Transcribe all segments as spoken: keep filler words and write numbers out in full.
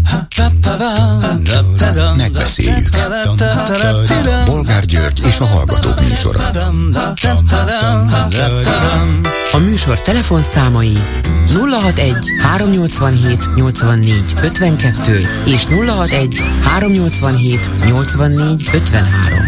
Megbeszéljük. Bolgár György és a Hallgatók műsora. A műsor telefonszámai nulla hatvanegy háromnyolcvanhét nyolcvannégy ötvenkettő és nulla hatvanegy háromnyolcvanhét nyolcvannégy ötvenhárom.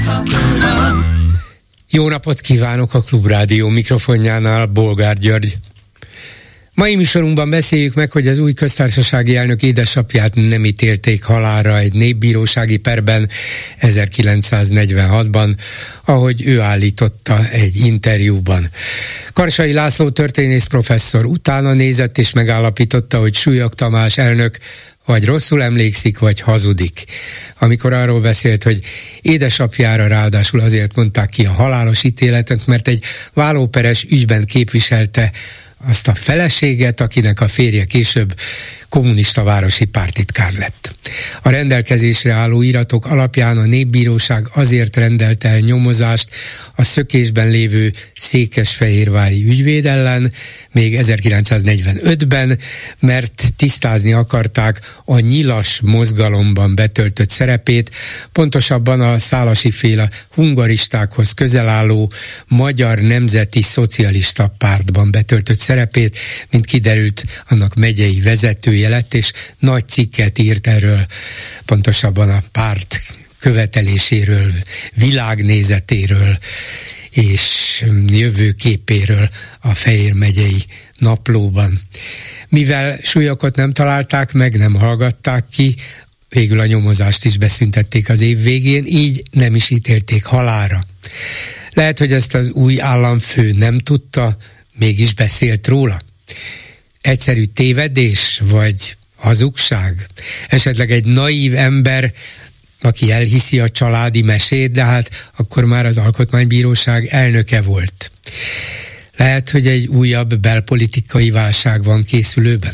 Jó napot kívánok a Klubrádió mikrofonjánál, Bolgár György. Mai műsorunkban beszéljük meg, hogy az új köztársasági elnök édesapját nem ítélték halálra egy népbírósági perben ezerkilencszáznegyvenhatban, ahogy ő állította egy interjúban. Karsai László történész professzor utána nézett és megállapította, hogy Súlyog Tamás elnök vagy rosszul emlékszik, vagy hazudik. Amikor arról beszélt, hogy édesapjára ráadásul azért mondták ki a halálos ítéletet, mert egy vállóperes ügyben képviselte azt a feleséget, akinek a férje később kommunista városi pártitkár lett. A rendelkezésre álló iratok alapján a népbíróság azért rendelte el nyomozást a szökésben lévő székesfehérvári ügyvéd ellen, még ezerkilencszáznegyvenötben, mert tisztázni akarták a nyilas mozgalomban betöltött szerepét, pontosabban a Szálasi-féle hungaristákhoz közel álló Magyar Nemzeti Szocialista Pártban betöltött szerepét, mint kiderült, annak megyei vezetője lett, és nagy cikket írt erről, pontosabban a párt követeléséről, világnézetéről és jövőképéről a Fejér megyei naplóban. Mivel Súlyokot nem találták meg, nem hallgatták ki, végül a nyomozást is beszüntették az év végén, így nem is ítélték halálra. Lehet, hogy ezt az új államfő nem tudta, mégis beszélt róla. Egyszerű tévedés, vagy hazugság? Esetleg egy naív ember, aki elhiszi a családi mesét, de hát akkor már az Alkotmánybíróság elnöke volt. Lehet, hogy egy újabb belpolitikai válság van készülőben.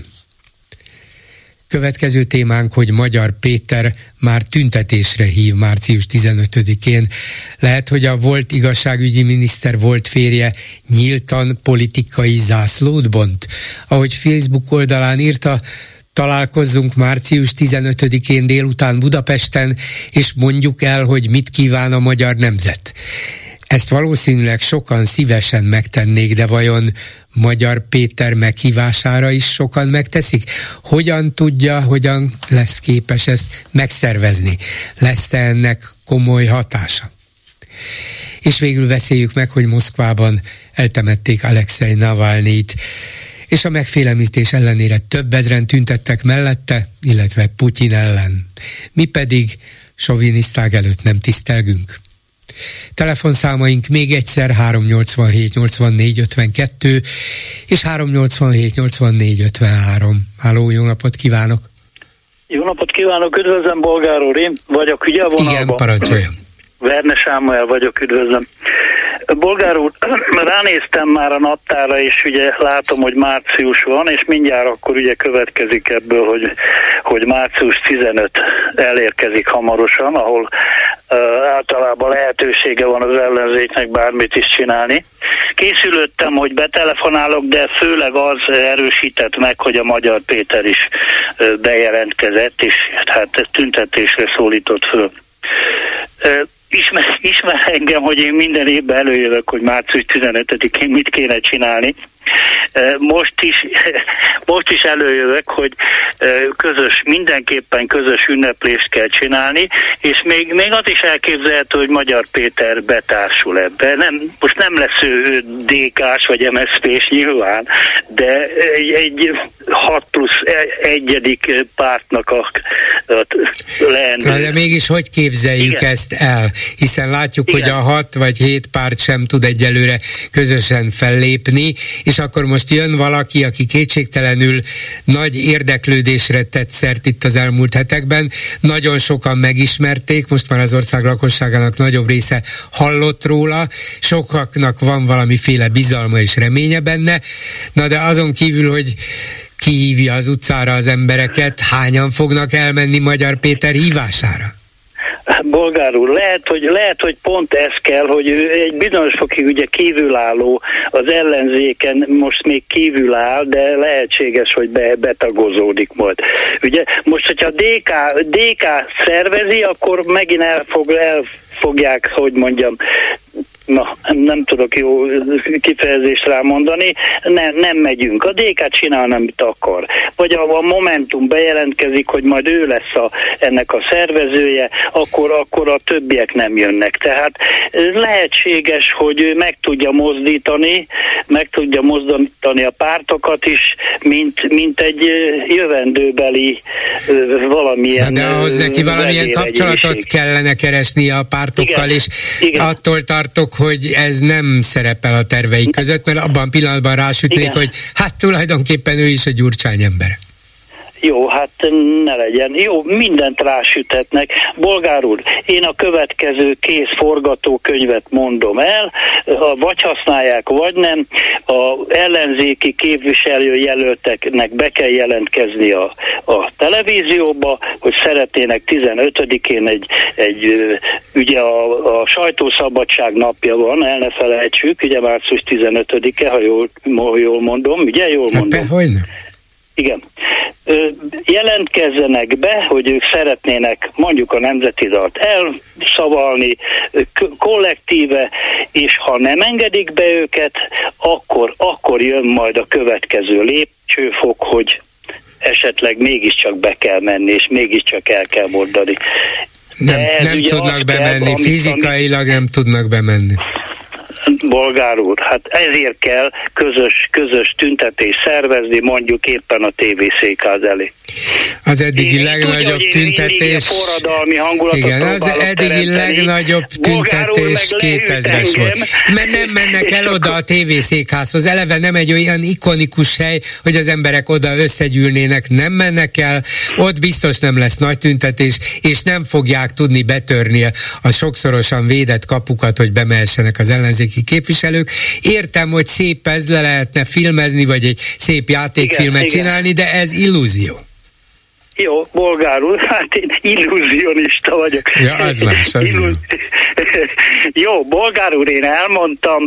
Következő témánk, hogy Magyar Péter már tüntetésre hív március tizenötödikén. Lehet, hogy a volt igazságügyi miniszter volt férje nyíltan politikai zászlót bont. Ahogy Facebook oldalán írta, találkozzunk március tizenötödikén délután Budapesten, és mondjuk el, hogy mit kíván a magyar nemzet. Ezt valószínűleg sokan szívesen megtennék, de vajon Magyar Péter meghívására is sokan megteszik? Hogyan tudja, hogyan lesz képes ezt megszervezni? Lesz-e ennek komoly hatása? És végül beszéljük meg, hogy Moszkvában eltemették Alekszej Navalnyit, és a megfélemlítés ellenére több ezren tüntettek mellette, illetve Putyin ellen. Mi pedig soviniszták előtt nem tisztelgünk. Telefonszámaink még egyszer háromnyolcvanhét nyolcvannégy ötvenkettő és háromnyolcvanhét nyolcvannégy ötvenhárom. Háló, jó napot kívánok! Jó napot kívánok, üdvözlöm, Bolgár úr, én vagyok ugye a vonalban? Igen, parancsoljon. Verne Sámuel vagyok, üdvözlöm. Bolgár úr, ránéztem már a naptára, és ugye látom, hogy március van, és mindjárt akkor ugye következik ebből, hogy, hogy március tizenötödike elérkezik hamarosan, ahol uh, általában lehetősége van az ellenzéknek bármit is csinálni. Készülődtem, hogy betelefonálok, de főleg az erősített meg, hogy a Magyar Péter is uh, bejelentkezett, és hát tüntetésre szólított föl. Uh, Ismer, ismer engem, hogy én minden évben előjövök, hogy március tizenötödikén mit kéne csinálni. Most is, most is előjövök, hogy közös, mindenképpen közös ünneplést kell csinálni, és még, még az is elképzelhető, hogy Magyar Péter betársul ebbe. Nem, most nem lesz ő dé ká-s vagy em es zé pés nyilván, de egy, egy hat plusz egyedik pártnak a, a leendő. Na, de mégis hogy képzeljük Igen. ezt el? Hiszen látjuk, Igen. hogy a hat vagy hét párt sem tud egyelőre közösen fellépni, és akkor most jön valaki, aki kétségtelenül nagy érdeklődésre tett szert itt az elmúlt hetekben. Nagyon sokan megismerték, most már az ország lakosságának nagyobb része hallott róla, sokaknak van valamiféle bizalma és reménye benne, na de azon kívül, hogy kihívja az utcára az embereket, hányan fognak elmenni Magyar Péter hívására? Bolgár úr, lehet hogy, lehet, hogy pont ez kell, hogy ő egy bizonyos fokig ugye kívülálló, az ellenzéken most még kívül áll, de lehetséges, hogy be, betagozódik majd. Ugye most, hogyha dé ká, dé ká szervezi, akkor megint elfog, elfogják, hogy mondjam, na, nem tudok jó kifejezést rámondani, ne, nem megyünk. A dé ká csinál, amit akar. Vagy a, a Momentum bejelentkezik, hogy majd ő lesz a, ennek a szervezője, akkor, akkor a többiek nem jönnek. Tehát lehetséges, hogy ő meg tudja mozdítani, meg tudja mozdítani a pártokat is, mint, mint egy jövendőbeli valamilyen... De ahhoz neki valamilyen kapcsolatot kellene keresni a pártokkal, igen, és igen. Attól tartok, hogy ez nem szerepel a terveik között, mert abban a pillanatban rásütnék, igen, hogy hát tulajdonképpen ő is a Gyurcsány ember. Jó, hát ne legyen. Jó, mindent rásüthetnek. Bolgár úr, én a következő kész forgatókönyvet mondom el, vagy használják, vagy nem. A ellenzéki képviselő jelölteknek be kell jelentkezni a, a televízióba, hogy szeretnének tizenötödikén egy, egy ugye a, a sajtószabadság napja van, el ne felejtsük, ugye március tizenötödike, ha jól, jól mondom, ugye jól mondom. Hát, hogyne? Igen. Jelentkezzenek be, hogy ők szeretnének mondjuk a nemzeti dalt elszavalni kollektíve, és ha nem engedik be őket, akkor, akkor jön majd a következő lépcsőfok, hogy esetleg mégiscsak be kell menni, és mégiscsak el kell mondani. Nem, nem tudnak bemenni, kell, amit, fizikailag amit... nem tudnak bemenni. Bolgár úr, hát ezért kell közös, közös tüntetést szervezni, mondjuk éppen a tévészékház elé. Az eddigi én legnagyobb tudja, tüntetés... Igen, az eddigi legnagyobb tüntetés kétezres volt. Mert nem mennek el oda a tévészékházhoz. Eleve nem egy olyan ikonikus hely, hogy az emberek oda összegyűlnének, nem mennek el, ott biztos nem lesz nagy tüntetés, és nem fogják tudni betörni a sokszorosan védett kapukat, hogy bemehessenek az ellenzéki képviselők. Értem, hogy szép ez, le lehetne filmezni, vagy egy szép játékfilmet igen, csinálni, igen. De ez illúzió. Jó, Bolgár úr, hát én illúzionista vagyok. Ja, az más, az Illúzi... Jó, Bolgár úr, én elmondtam,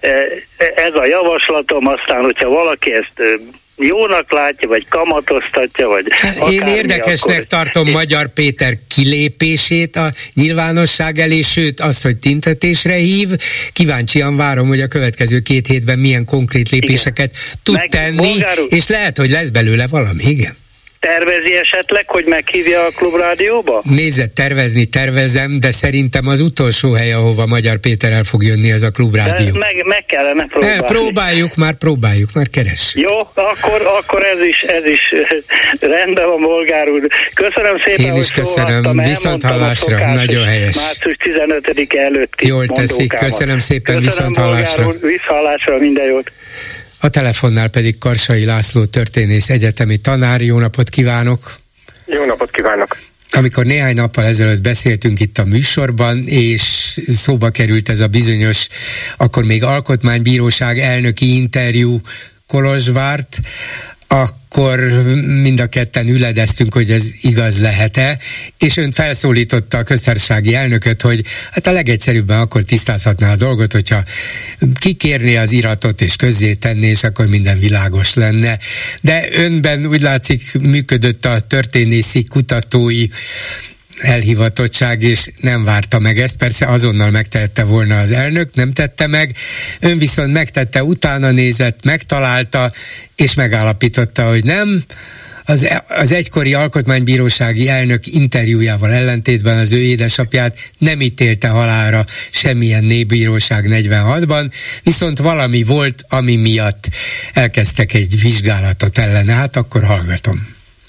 ez a javaslatom, aztán, hogyha valaki ezt jónak látja, vagy kamatoztatja, vagy akármi, én érdekesnek akkor... tartom Magyar Péter kilépését a nyilvánosság elé, sőt azt, hogy tüntetésre hív. Kíváncsian várom, hogy a következő két hétben milyen konkrét lépéseket igen. tud meg, tenni, Bolgár... és lehet, hogy lesz belőle valami, igen. Tervezi esetleg, hogy meghívja a Klubrádióba? Nézd, tervezni tervezem, de szerintem az utolsó hely, ahova Magyar Péter el fog jönni, az a Klubrádió. Meg, meg kellene próbálni. Ne, próbáljuk már, próbáljuk már, keressük. Jó, akkor, akkor ez is, ez is rendben van, Bolgár úr. Köszönöm szépen, én is köszönöm, viszont hallásra, nagyon helyes. március tizenötödike előtti jól teszik, köszönöm szépen, viszont hallásra. Viszonthallásra, minden jót. A telefonnál pedig Karsai László történész, egyetemi tanár. Jó napot kívánok! Jó napot kívánok! Amikor néhány nappal ezelőtt beszéltünk itt a műsorban, és szóba került ez a bizonyos, akkor még alkotmánybíróság elnöki interjú Kolozsvárt, akkor mind a ketten üledeztünk, hogy ez igaz lehet-e, és ön felszólította a köztársasági elnököt, hogy hát a legegyszerűbben akkor tisztázhatná a dolgot, hogyha kikérné az iratot és közzétenné, és akkor minden világos lenne. De önben úgy látszik működött a történészi kutatói elhivatottság, és nem várta meg ezt, persze azonnal megtehette volna az elnök, nem tette meg, ön viszont megtette, utána nézett, megtalálta, és megállapította, hogy nem. Az, az egykori alkotmánybírósági elnök interjújával ellentétben az ő édesapját nem ítélte halálra semmilyen népbíróság negyvenhatban, viszont valami volt, ami miatt elkezdtek egy vizsgálatot ellene. Hát akkor hallgatom.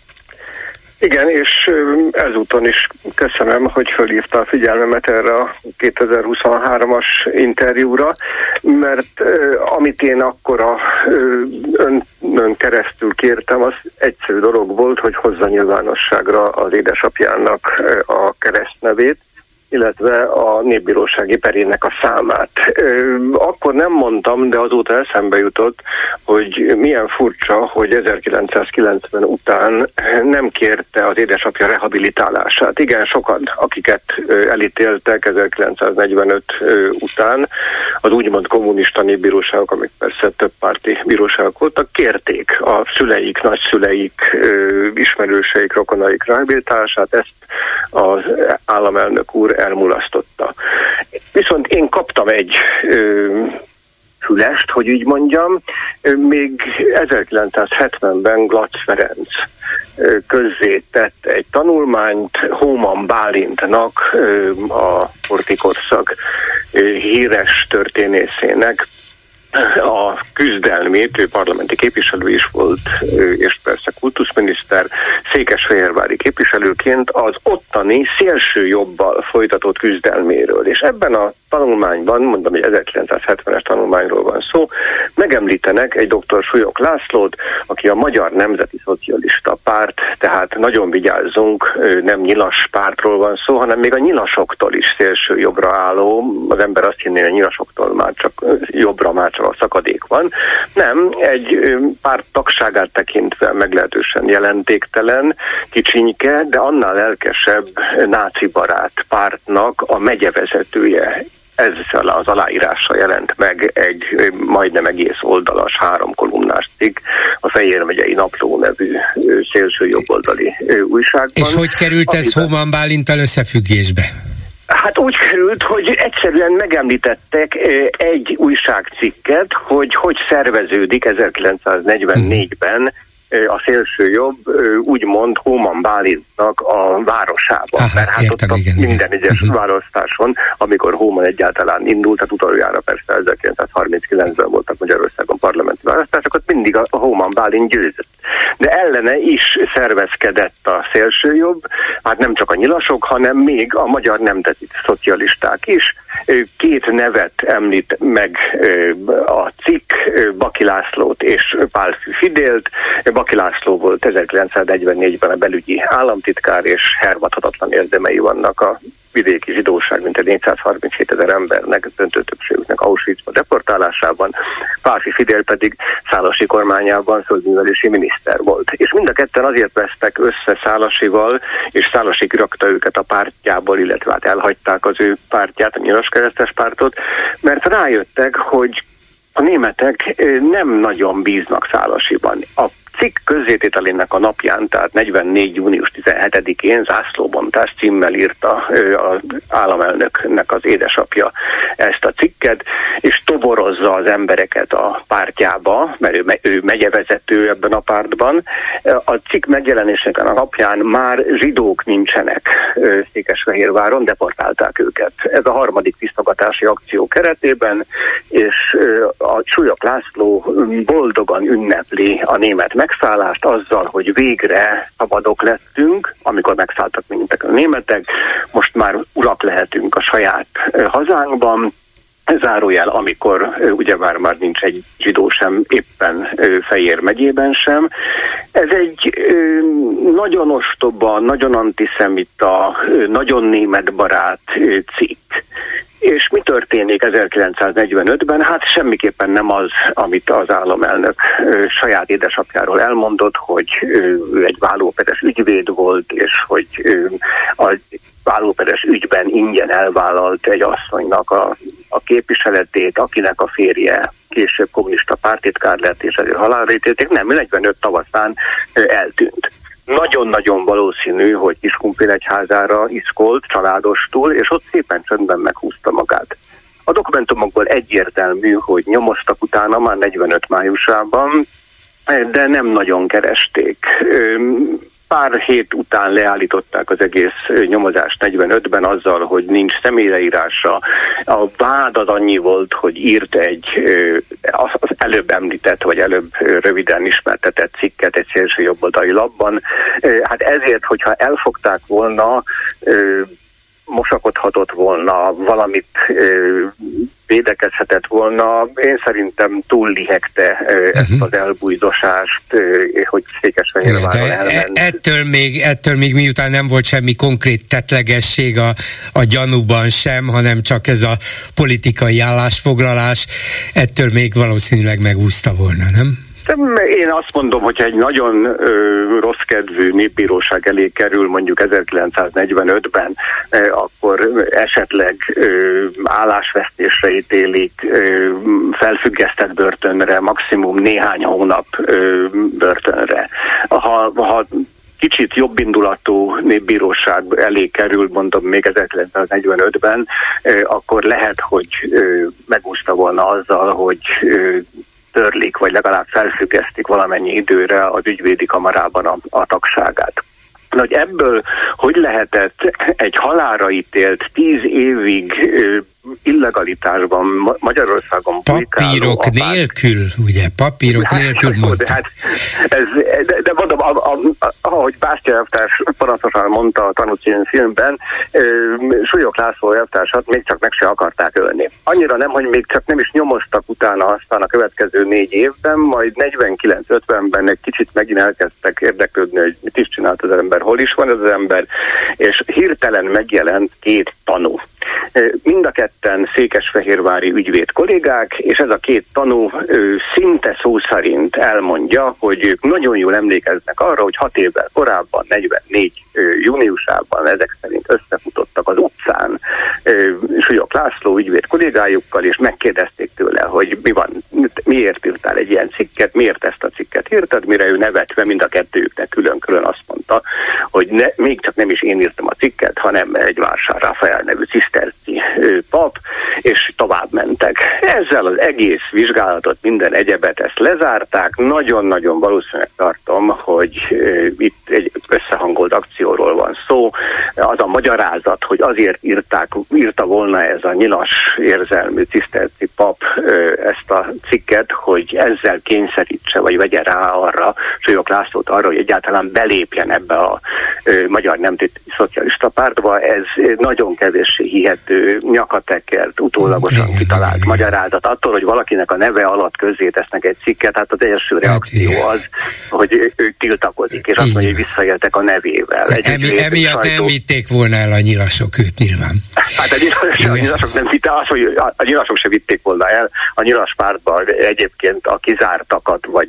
Igen, és ezúton is köszönöm, hogy fölhívta a figyelmemet erre a kétezer-huszonhármas interjúra, mert amit én akkor a, ön, ön keresztül kértem, az egyszerű dolog volt, hogy hozza nyilvánosságra az édesapjának a keresztnevét, illetve a népbírósági perének a számát. Akkor nem mondtam, de azóta eszembe jutott, hogy milyen furcsa, hogy ezerkilencszázkilencven után nem kérte az édesapja rehabilitálását. Igen, sokan, akiket elítéltek ezerkilencszáznegyvenöt után, az úgymond kommunista népbíróságok, amik persze több párti bíróságok voltak, kérték a szüleik, nagyszüleik, ismerőseik, rokonaik rehabilitálását, ezt az államelnök úr elmulasztotta. Viszont én kaptam egy ö, fülest, hogy úgy mondjam, még ezerkilencszázhetvenben Glatz Ferenc közzétett egy tanulmányt Hóman Bálintnak, a Horthy-korszak híres történészének a küzdelmét, ő parlamenti képviselő is volt, és persze kultuszminiszter, székesfehérvári képviselőként az ottani szélső jobbal folytatott küzdelméről. És ebben a tanulmányban, mondom, hogy ezerkilencszázhetvenes tanulmányról van szó, megemlítenek egy doktor Súlyog Lászlót, aki a Magyar Nemzeti Szocialista Párt, tehát nagyon vigyázzunk, nem nyilas pártról van szó, hanem még a nyilasoktól is szélső jobbra álló, az ember azt hinné, hogy a nyilasoktól már csak jobbra már csak a szakadék van. Nem, egy párt tagságát tekintve meglehetősen jelentéktelen, kicsinyke, de annál lelkesebb náci barát pártnak a megyevezetője. Ezzel az aláírással jelent meg egy majdnem egész oldalas, három kolumnás cikk a Fejér megyei Napló nevű szélső jobboldali újságban. És hogy került ez Hóman Bálinttal összefüggésbe? Hát úgy került, hogy egyszerűen megemlítettek egy újságcikket, hogy hogy szerveződik ezerkilencszáznegyvennégyben a szélső jobb úgymond Hóman Bálintnak a városában. Aha, mert hát értem, ott igen, minden igen. egyes uh-huh. választáson, amikor Hóman egyáltalán indult, tehát utoljára persze ezerkilencszázharminckilencben voltak Magyarországon parlamenti választások, ott mindig a Hóman Bálint győzött. De ellene is szervezkedett a szélső jobb, hát nem csak a nyilasok, hanem még a magyar nemzeti szocialisták is. Két nevet említ meg a cikk, Baki Lászlót és Pálffy Fidélt. Baki László volt ezerkilencszáznegyvennégyben a belügyi államtitkár, és hervadhatatlan érdemei vannak a vidéki zsidóság, mint egy négyszázharminchét ezer embernek, döntő többségüknek Auschwitzba deportálásában, Pálffy Fidél pedig Szálasi kormányában földművelési miniszter volt. És mind a ketten azért vesztek össze Szálasival, és Szálasi kirakta őket a pártjából, illetve hát elhagyták az ő pártját, a Nyilas-keresztes pártot, mert rájöttek, hogy a németek nem nagyon bíznak Szálasiban. A cikk közzétételének a napján, tehát negyvennégy június tizenhetedikén zászlóbontás címmel írta az államelnöknek az édesapja ezt a cikket, és toborozza az embereket a pártjába, mert ő, ő megyevezető ebben a pártban. A cikk megjelenésének a napján már zsidók nincsenek Székesfehérváron, deportálták őket. Ez a harmadik tisztogatási akció keretében, és a Súlyog László boldogan ünnepli a német megszállást azzal, hogy végre szabadok lettünk, amikor megszálltak minket a németek, most már urak lehetünk a saját hazánkban, zárójel, amikor ugye már, már nincs egy zsidó sem, éppen Fejér megyében sem. Ez egy nagyon ostoba, nagyon antiszemita, nagyon németbarát cikk. És mi történik ezerkilencszáznegyvenötben? Hát semmiképpen nem az, amit az államelnök saját édesapjáról elmondott, hogy ő egy vállóperes ügyvéd volt, és hogy a vállóperes ügyben ingyen elvállalt egy asszonynak a, a képviseletét, akinek a férje később kommunista pártitkár lett, és ezért halálra ítélték. Nem, negyvenöt tavaszán eltűnt. Nagyon-nagyon valószínű, hogy Kiskunfélegyházára iszkolt, családostul, és ott szépen csöndben meghúzta magát. A dokumentumokból egyértelmű, hogy nyomoztak utána már negyvenöt májusában, de nem nagyon keresték. Pár hét után leállították az egész nyomozást negyvenötben azzal, hogy nincs személyleírása. A vád az annyi volt, hogy írt egy az előbb említett, vagy előbb röviden ismertetett cikket egy szélső jobboldali lapban. Hát ezért, hogyha elfogták volna, mosakodhatott volna, valamit védekezhetett volna. Én szerintem túl lihegte ezt uh-huh. az elbújdosást, hogy Székesfehérváron elment. Ettől még, ettől még miután nem volt semmi konkrét tettlegesség a, a gyanúban sem, hanem csak ez a politikai állásfoglalás, ettől még valószínűleg megúszta volna, nem? Én azt mondom, hogyha egy nagyon ö, rossz kedvű népbíróság elé kerül mondjuk ezerkilencszáznegyvenötben, ö, akkor esetleg ö, állásvesztésre ítélik, ö, felfüggesztett börtönre, maximum néhány hónap ö, börtönre. Ha, ha kicsit jobbindulatú népbíróság elé kerül, mondom még ezerkilencszáznegyvenötben, ö, akkor lehet, hogy ö, megúszta volna azzal, hogy ö, törlik, vagy legalább felfüggesztik valamennyi időre az ügyvédi kamarában a, a tagságát. Hogy ebből hogy lehetett egy halálra ítélt tíz évig illegalitásban Magyarországon papírok nélkül, ugye, papírok hát, nélkül mondta. Hát, ez, de, de mondom, a, a, a, ahogy Bástya elvtárs panaszosan mondta a Tanú című filmben, e, Súlyog László elvtársat még csak meg se akarták ölni. Annyira nem, hogy még csak nem is nyomoztak utána, aztán a következő négy évben, majd negyvenkilenc-ötvenben egy kicsit megint elkezdtek érdeklődni, hogy mit is csinált az ember, hol is van ez az ember, és hirtelen megjelent két tanú. Mind a ketten székesfehérvári ügyvéd kollégák, és ez a két tanú ő, szinte szó szerint elmondja, hogy ők nagyon jól emlékeznek arra, hogy hat évvel korábban, negyvennégy júniusában ezek szerint összefutottak az utcán Súlyog László ügyvéd kollégájukkal, és megkérdezték tőle, hogy mi van, miért írtál egy ilyen cikket, miért ezt a cikket írtad, mire ő nevetve mind a kettőjüknek külön-külön azt mondta, hogy ne, még csak nem is én írtam a cikket, hanem egy Vásár Ráfael nevű ciszterci pap, és tovább mentek. Ezzel az egész vizsgálatot, minden egyebet ezt lezárták. Nagyon-nagyon valószínűleg tartom, hogy itt egy összehangolt akcióról van szó. Az a magyarázat, hogy azért írták, írta volna ez a nyilas érzelmű ciszterci pap ezt a cikket, hogy ezzel kényszerítse, vagy vegye rá arra, Súlyog Lászlót arra, hogy egyáltalán belépjen ebbe a Magyar Nemzeti Szocialista Pártba. Ez nagyon kevéssé hihető, nyakatekert, utólagosan kitalált magyarázat. Attól, hogy valakinek a neve alatt közzétesznek egy cikket, hát az első reakció az, hogy ő tiltakozik, és azt mondja, hogy visszaéltek a nevével. Egy Emi, emiatt sajtó... nem vitték volna el a nyilasok őt nyilván. Hát a nyilasok, a nyilasok nem vitték, az, hogy a nyilasok se vitték volna el. A nyilas pártban egyébként a kizártakat, vagy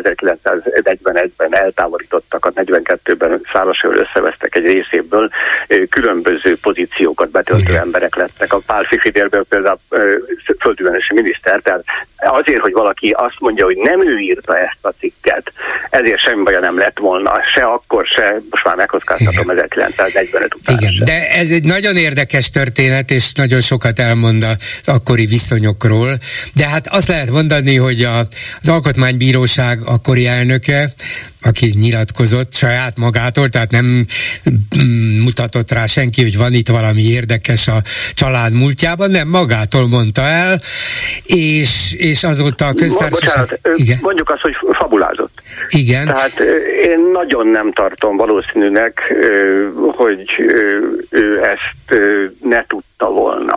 ezerkilencszáznegyvenegyben eltávolítottakat, negyvenkettőben Szálasival összevesztek egy részéből, különböző pozíciókat betöltő emberek lettek. A Pál Fifidérből például földművelési miniszter, tehát azért, hogy valaki azt mondja, hogy nem ő írta ezt a cikket, ezért semmi baja nem lett volna, se akkor, se, most már megkockáztatom ezerkilencszáznegyvenöt után. Igen, se. De ez egy nagyon érdekes történet, és nagyon sokat elmond az akkori viszonyokról, de hát azt lehet mondani, hogy a, az Alkotmánybíróság akkori elnöke, aki nyilatkozott saját magától, tehát nem mutatott rá senki, hogy van itt valami érdekes a család múltjában, nem, magától mondta el, és, és azóta a köztársaság... Bocsánat, mondjuk azt, hogy fabulázott. Igen. Tehát én nagyon nem tartom valószínűnek, hogy ő ezt ne tudta volna.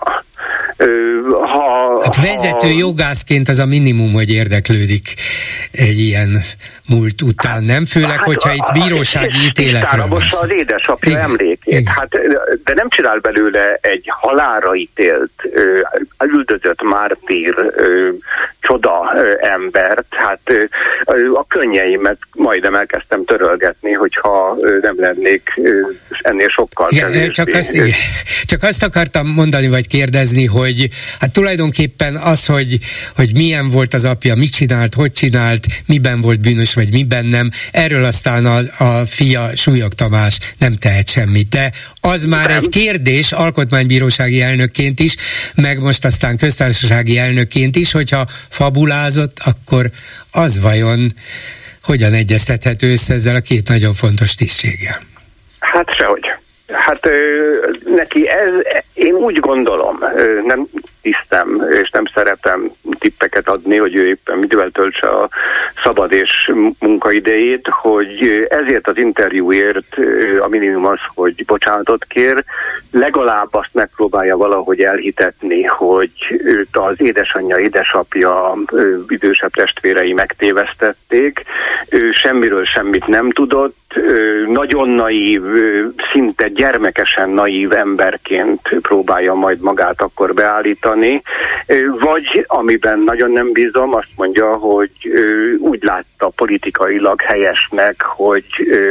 Ha, hát vezető ha... jogászként az a minimum, hogy érdeklődik egy ilyen múlt után, nem? Főleg, hát, hogyha itt bírósági ítéletről van szó. Az édesapja emlékét. Hát, de nem csinál belőle egy halálra ítélt, üldözött mártír, csoda embert. Hát a könnyeimet majdnem elkezdtem törölgetni, hogyha nem lennék ennél sokkal kevésbé. Csak azt, igen, csak azt akartam mondani, vagy kérdezni, hogy hát tulajdonképpen az, hogy, hogy milyen volt az apja, mit csinált, hogy csinált, miben volt bűnös, vagy miben nem, erről aztán a, a fia Súlyog Tamás nem tehet semmit. De az már nem. Egy kérdés alkotmánybírósági elnökként is, meg most aztán köztársasági elnökként is, hogyha fabulázott, akkor az vajon hogyan egyeztethető össze ezzel a két nagyon fontos tisztséggel? Hát sehogy. Hát ö, neki ez, én úgy gondolom, ö, nem tisztem, és nem szeretem tippeket adni, hogy ő éppen mivel töltse a szabad és munkaidejét, hogy ezért az interjúért a minimum az, hogy bocsánatot kér, legalább azt megpróbálja valahogy elhitetni, hogy őt az édesanyja, édesapja, idősebb testvérei megtévesztették, ő semmiről semmit nem tudott, nagyon naív, szinte gyermekesen naív emberként próbálja majd magát akkor beállítani, vagy amiben nagyon nem bízom, azt mondja, hogy úgy látta politikailag helyesnek, hogy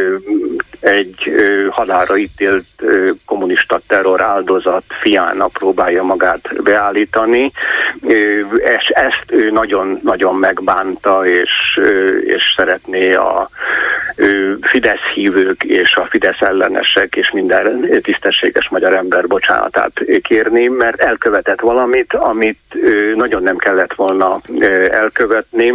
egy halálra ítélt kommunista terror áldozat fiának próbálja magát beállítani, és ezt ő nagyon-nagyon megbánta, és, és szeretné a Fidesz hívők és a Fidesz ellenesek és minden tisztességes magyar ember bocsánatát kérni, mert elkövetett valamit, amit nagyon nem kellett volna elkövetni.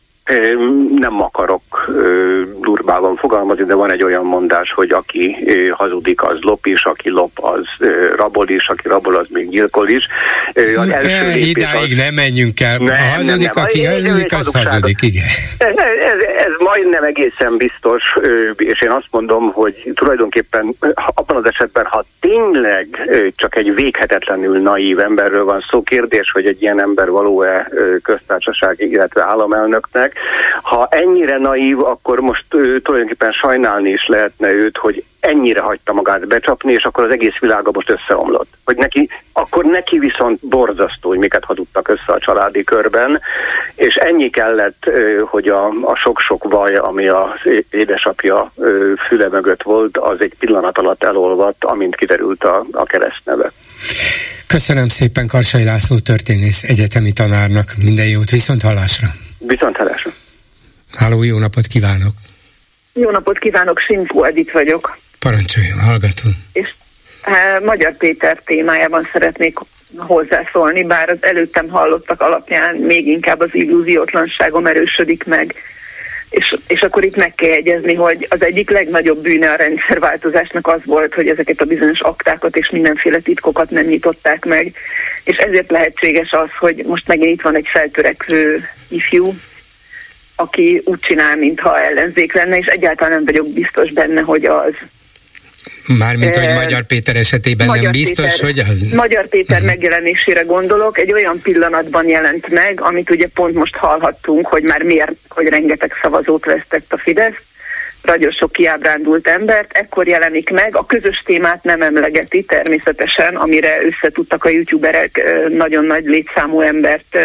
Nem akarok durvában fogalmazni, de van egy olyan mondás, hogy aki hazudik, az lop is, aki lop, az rabol is, aki rabol, az még gyilkol is. Az első lépés idáig az... nem menjünk el. Nem, ha hazudik, nem, nem. aki hazudik, az hazudik, igen. Ez, ez, ez majdnem egészen biztos, és én azt mondom, hogy tulajdonképpen abban az esetben, ha tényleg csak egy véghetetlenül naív emberről van szó, kérdés, hogy egy ilyen ember való-e köztársasági, illetve államelnöknek. Ha ennyire naív, akkor most ő, tulajdonképpen sajnálni is lehetne őt, hogy ennyire hagyta magát becsapni, és akkor az egész világa most összeomlott. Hogy neki, akkor neki viszont borzasztó, hogy miket hazudtak össze a családi körben, és ennyi kellett, hogy a, a sok-sok vaj, ami az édesapja füle mögött volt, az egy pillanat alatt elolvadt, amint kiderült a, a keresztneve. Köszönöm szépen Karsai László történész egyetemi tanárnak. Minden jót, viszont hallásra! Viszont hallásra! Háló, jó napot kívánok! Jó napot kívánok, Simfó Edith vagyok. Parancsoljon, hallgatom. És e, Magyar Péter témájában szeretnék hozzászólni, bár az előttem hallottak alapján még inkább az illúziótlanságom erősödik meg. És, és akkor itt meg kell jegyezni, hogy az egyik legnagyobb bűne a rendszerváltozásnak az volt, hogy ezeket a bizonyos aktákat és mindenféle titkokat nem nyitották meg. És ezért lehetséges az, hogy most megint itt van egy feltörekvő ifjú, aki úgy csinál, mintha ellenzék lenne, és egyáltalán nem vagyok biztos benne, hogy az. Mármint, hogy Magyar Péter esetében Magyar nem biztos, Péter, hogy az... Magyar Péter uh-huh. megjelenésére gondolok, egy olyan pillanatban jelent meg, amit ugye pont most hallhattunk, hogy már miért, hogy rengeteg szavazót vesztett a Fidesz, nagyon sok kiábrándult embert, ekkor jelenik meg, a közös témát nem emlegeti természetesen, amire összetudtak a youtuberek nagyon nagy létszámú embert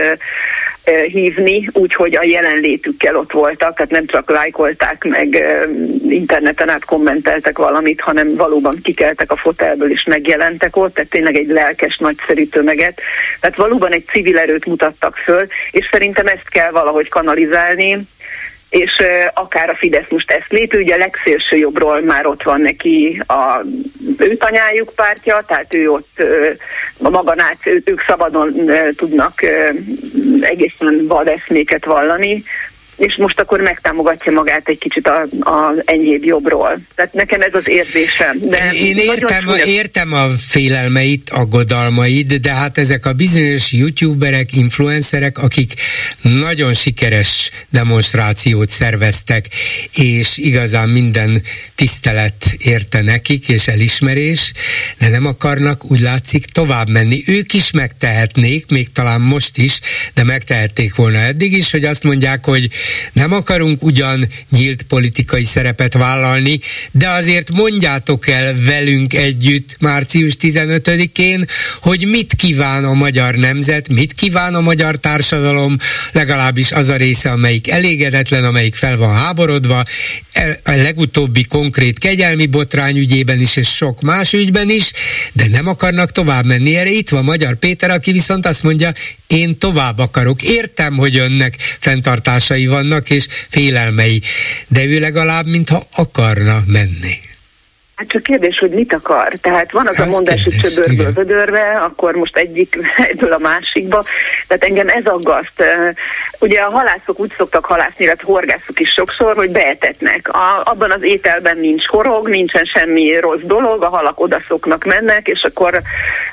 hívni, úgyhogy a jelenlétükkel ott voltak, tehát nem csak lájkolták meg, interneten át kommenteltek valamit, hanem valóban kikeltek a fotelből és megjelentek ott, tehát tényleg egy lelkes, nagyszerű tömeget. Tehát valóban egy civil erőt mutattak föl, és szerintem ezt kell valahogy kanalizálni, és uh, akár a Fidesz most ezt lépi, ugye a legszélső jobbról már ott van neki a őtanyájuk pártja, tehát ő ott uh, a maga náci, ő, ők szabadon uh, tudnak uh, egészen vad eszméket vallani, és most akkor megtámogatja magát egy kicsit az enyhébb jobbról. Tehát nekem ez az érzésem. De Én értem a, értem a félelmeit, aggodalmait, de hát ezek a bizonyos youtuberek, influencerek, akik nagyon sikeres demonstrációt szerveztek, és igazán minden tisztelet érte nekik, és elismerés, de nem akarnak, úgy látszik, tovább menni. Ők is megtehetnék, még talán most is, de megtehették volna eddig is, hogy azt mondják, hogy nem akarunk ugyan nyílt politikai szerepet vállalni, de azért mondjátok el velünk együtt március tizenötödikén, hogy mit kíván a magyar nemzet, mit kíván a magyar társadalom, legalábbis az a része, amelyik elégedetlen, amelyik fel van háborodva, a legutóbbi konkrét kegyelmi botrány ügyében is, és sok más ügyben is, de nem akarnak tovább menni. Erre itt van Magyar Péter, aki viszont azt mondja, én tovább akarok. Értem, hogy önnek fenntartásai vannak, és félelmei, de ő legalább, mintha akarna menni. Hát csak kérdés, hogy mit akar. Tehát van az, az a mondás, hogy csöbörből vödörbe, akkor most egyik ebből a másikba. Tehát engem ez aggaszt. Ugye a halászok úgy szoktak halászni, illetve horgászok is sokszor, hogy beetetnek. A, abban az ételben nincs horog, nincsen semmi rossz dolog, a halak odaszoknak, mennek, és akkor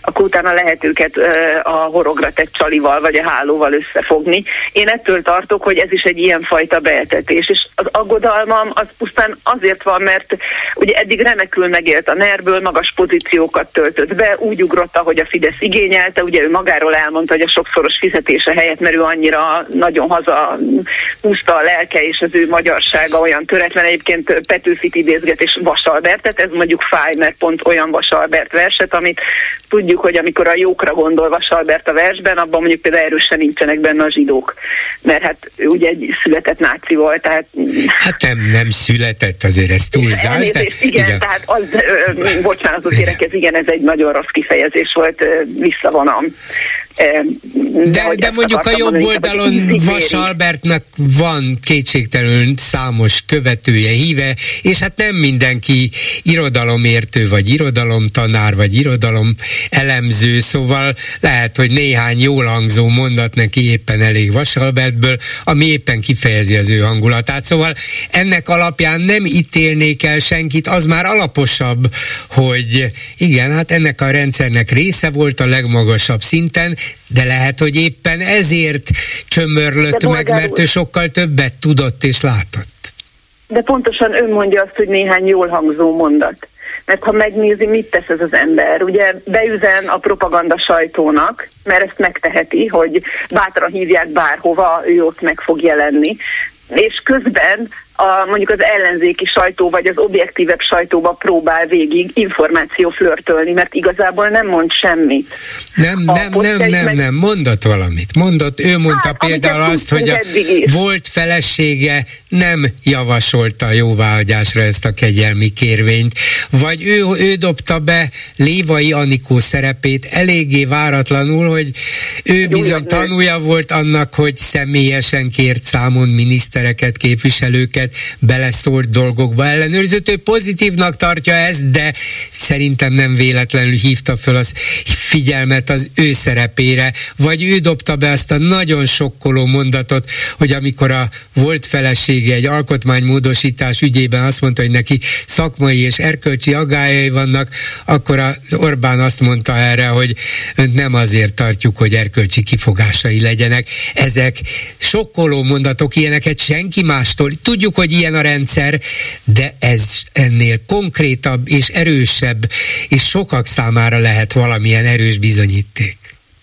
akkor utána lehet őket a horogra tett csalival vagy a hálóval összefogni. Én ettől tartok, hogy ez is egy ilyenfajta beetetés, és az aggodalmam az pusztán azért van, mert ugye eddig remekül megélt a NER-ből, magas pozíciókat töltött be, úgy ugrott, ahogy a Fidesz igényelte, ugye ő magáról elmondta, hogy a sokszoros fizetése helyett, mert ő annyira nagyon haza húzta a lelke, és az ő magyarsága olyan töretlen, egyébként Petőfit idézget, és Vasalbertet, ez mondjuk fáj, mert pont olyan Vasalbert verset, amit tudjuk, hogy amikor a jókra gondol Vasalbert a versben, abban mondjuk például erősen nincsenek benne a zsidók, mert hát ugye egy született náci volt, tehát... Hát nem, nem született, azért ez túlzás. Elnézést, igen, igen, tehát az, ö, bocsánatot kérek, ez igen, ez egy nagyon rossz kifejezés volt, ö, visszavonom. De, de, de mondjuk a jobb oldalon Vasalbertnek van kétségtelenül számos követője, híve, és hát nem mindenki irodalomértő, vagy irodalomtanár, vagy irodalom elemző, szóval lehet, hogy néhány jól hangzó mondat neki éppen elég Vasalbertből, ami éppen kifejezi az ő hangulatát. Szóval ennek alapján nem ítélnék el senkit, az már alaposabb, hogy igen, hát ennek a rendszernek része volt a legmagasabb szinten, de lehet, hogy éppen ezért csömörlött de meg, mert ő sokkal többet tudott és látott. De pontosan ön mondja azt, hogy néhány jól hangzó mondat. Mert ha megnézi, mit tesz ez az ember, ugye beüzen a propaganda sajtónak, mert ezt megteheti, hogy bátran hívják bárhova, ő ott meg fog jelenni, és közben a, mondjuk az ellenzéki sajtó, vagy az objektívebb sajtóba próbál végig információ flörtölni, mert igazából nem mond semmit. Nem, nem, nem, nem, meg... nem, mondott valamit. Mondott, ő mondta hát, például azt, hogy a volt felesége nem javasolta jóváhagyásra ezt a kegyelmi kérvényt, vagy ő, ő dobta be Lévai Anikó szerepét eléggé váratlanul, hogy ő bizony tanúja volt annak, hogy személyesen kért számon minisztereket, képviselőket, beleszólt dolgokba ellenőrzött. Ő pozitívnak tartja ezt, de szerintem nem véletlenül hívta föl az figyelmet az ő szerepére, vagy ő dobta be azt a nagyon sokkoló mondatot, hogy amikor a volt felesége egy alkotmánymódosítás ügyében azt mondta, hogy neki szakmai és erkölcsi aggályai vannak, akkor az Orbán azt mondta erre, hogy önt nem azért tartjuk, hogy erkölcsi kifogásai legyenek. Ezek sokkoló mondatok, ilyeneket senki mástól. Tudjuk, hogy ilyen a rendszer, de ez ennél konkrétabb és erősebb, és sokak számára lehet valamilyen erős bizonyíték.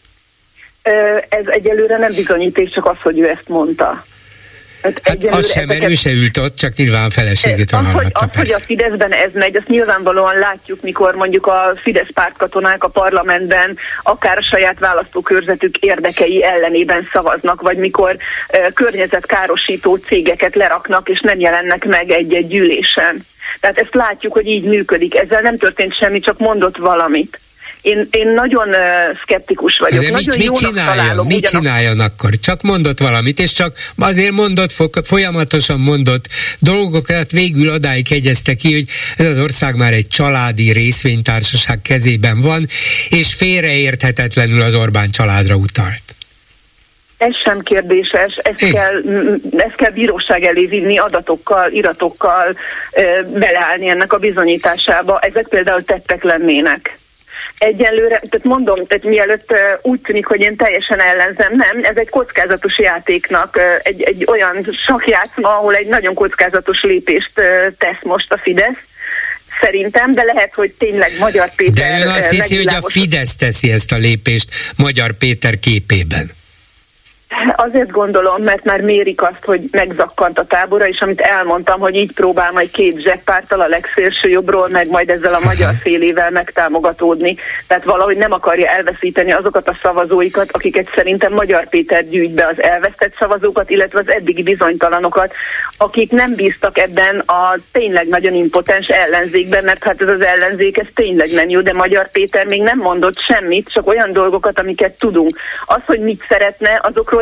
Ez egyelőre nem bizonyíték, csak az, hogy ő ezt mondta. Hát, hát az sem, ezeket... ő se ült ott, csak nyilván feleségétől hallotta. Az, hogy a Fideszben ez megy, azt nyilvánvalóan látjuk, mikor mondjuk a Fidesz pártkatonák a parlamentben akár a saját választókörzetük érdekei ellenében szavaznak, vagy mikor uh, környezetkárosító cégeket leraknak, és nem jelennek meg egy-egy gyűlésen. Tehát ezt látjuk, hogy így működik. Ezzel nem történt semmi, csak mondott valamit. Én, én nagyon uh, szkeptikus vagyok. De nagyon mit, mit csináljon? Találom, mit ugyanak... csináljon akkor? Csak mondott valamit, és csak azért mondott, folyamatosan mondott dolgokat, végül odáig hegyezte ki, hogy ez az ország már egy családi részvénytársaság kezében van, és félreérthetetlenül az Orbán családra utalt. Ez sem kérdéses, ezt kell, ezt kell bíróság elé vinni adatokkal, iratokkal, uh, beleállni ennek a bizonyításába. Ezek például tettek lennének. Egyelőre, tehát mondom, tehát mielőtt uh, úgy tűnik, hogy én teljesen ellenzem, nem, ez egy kockázatos játéknak, uh, egy, egy olyan sakkjátszma, ahol egy nagyon kockázatos lépést uh, tesz most a Fidesz, szerintem, de lehet, hogy tényleg Magyar Péter... De ön azt hiszi, hogy a Fidesz teszi ezt a lépést Magyar Péter képében. Azért gondolom, mert már mérik azt, hogy megzakkant a tábora, és amit elmondtam, hogy így próbál majd két zseppárttal a legszélső jobbról, meg majd ezzel a magyar félével megtámogatódni. Tehát valahogy nem akarja elveszíteni azokat a szavazóikat, akiket szerintem Magyar Péter gyűjt be, az elvesztett szavazókat, illetve az eddigi bizonytalanokat, akik nem bíztak ebben a tényleg nagyon impotens ellenzékben, mert hát ez az ellenzék, ez tényleg nem jó, de Magyar Péter még nem mondott semmit, csak olyan dolgokat, amiket tudunk. Az, hogy mit szeretne, azokról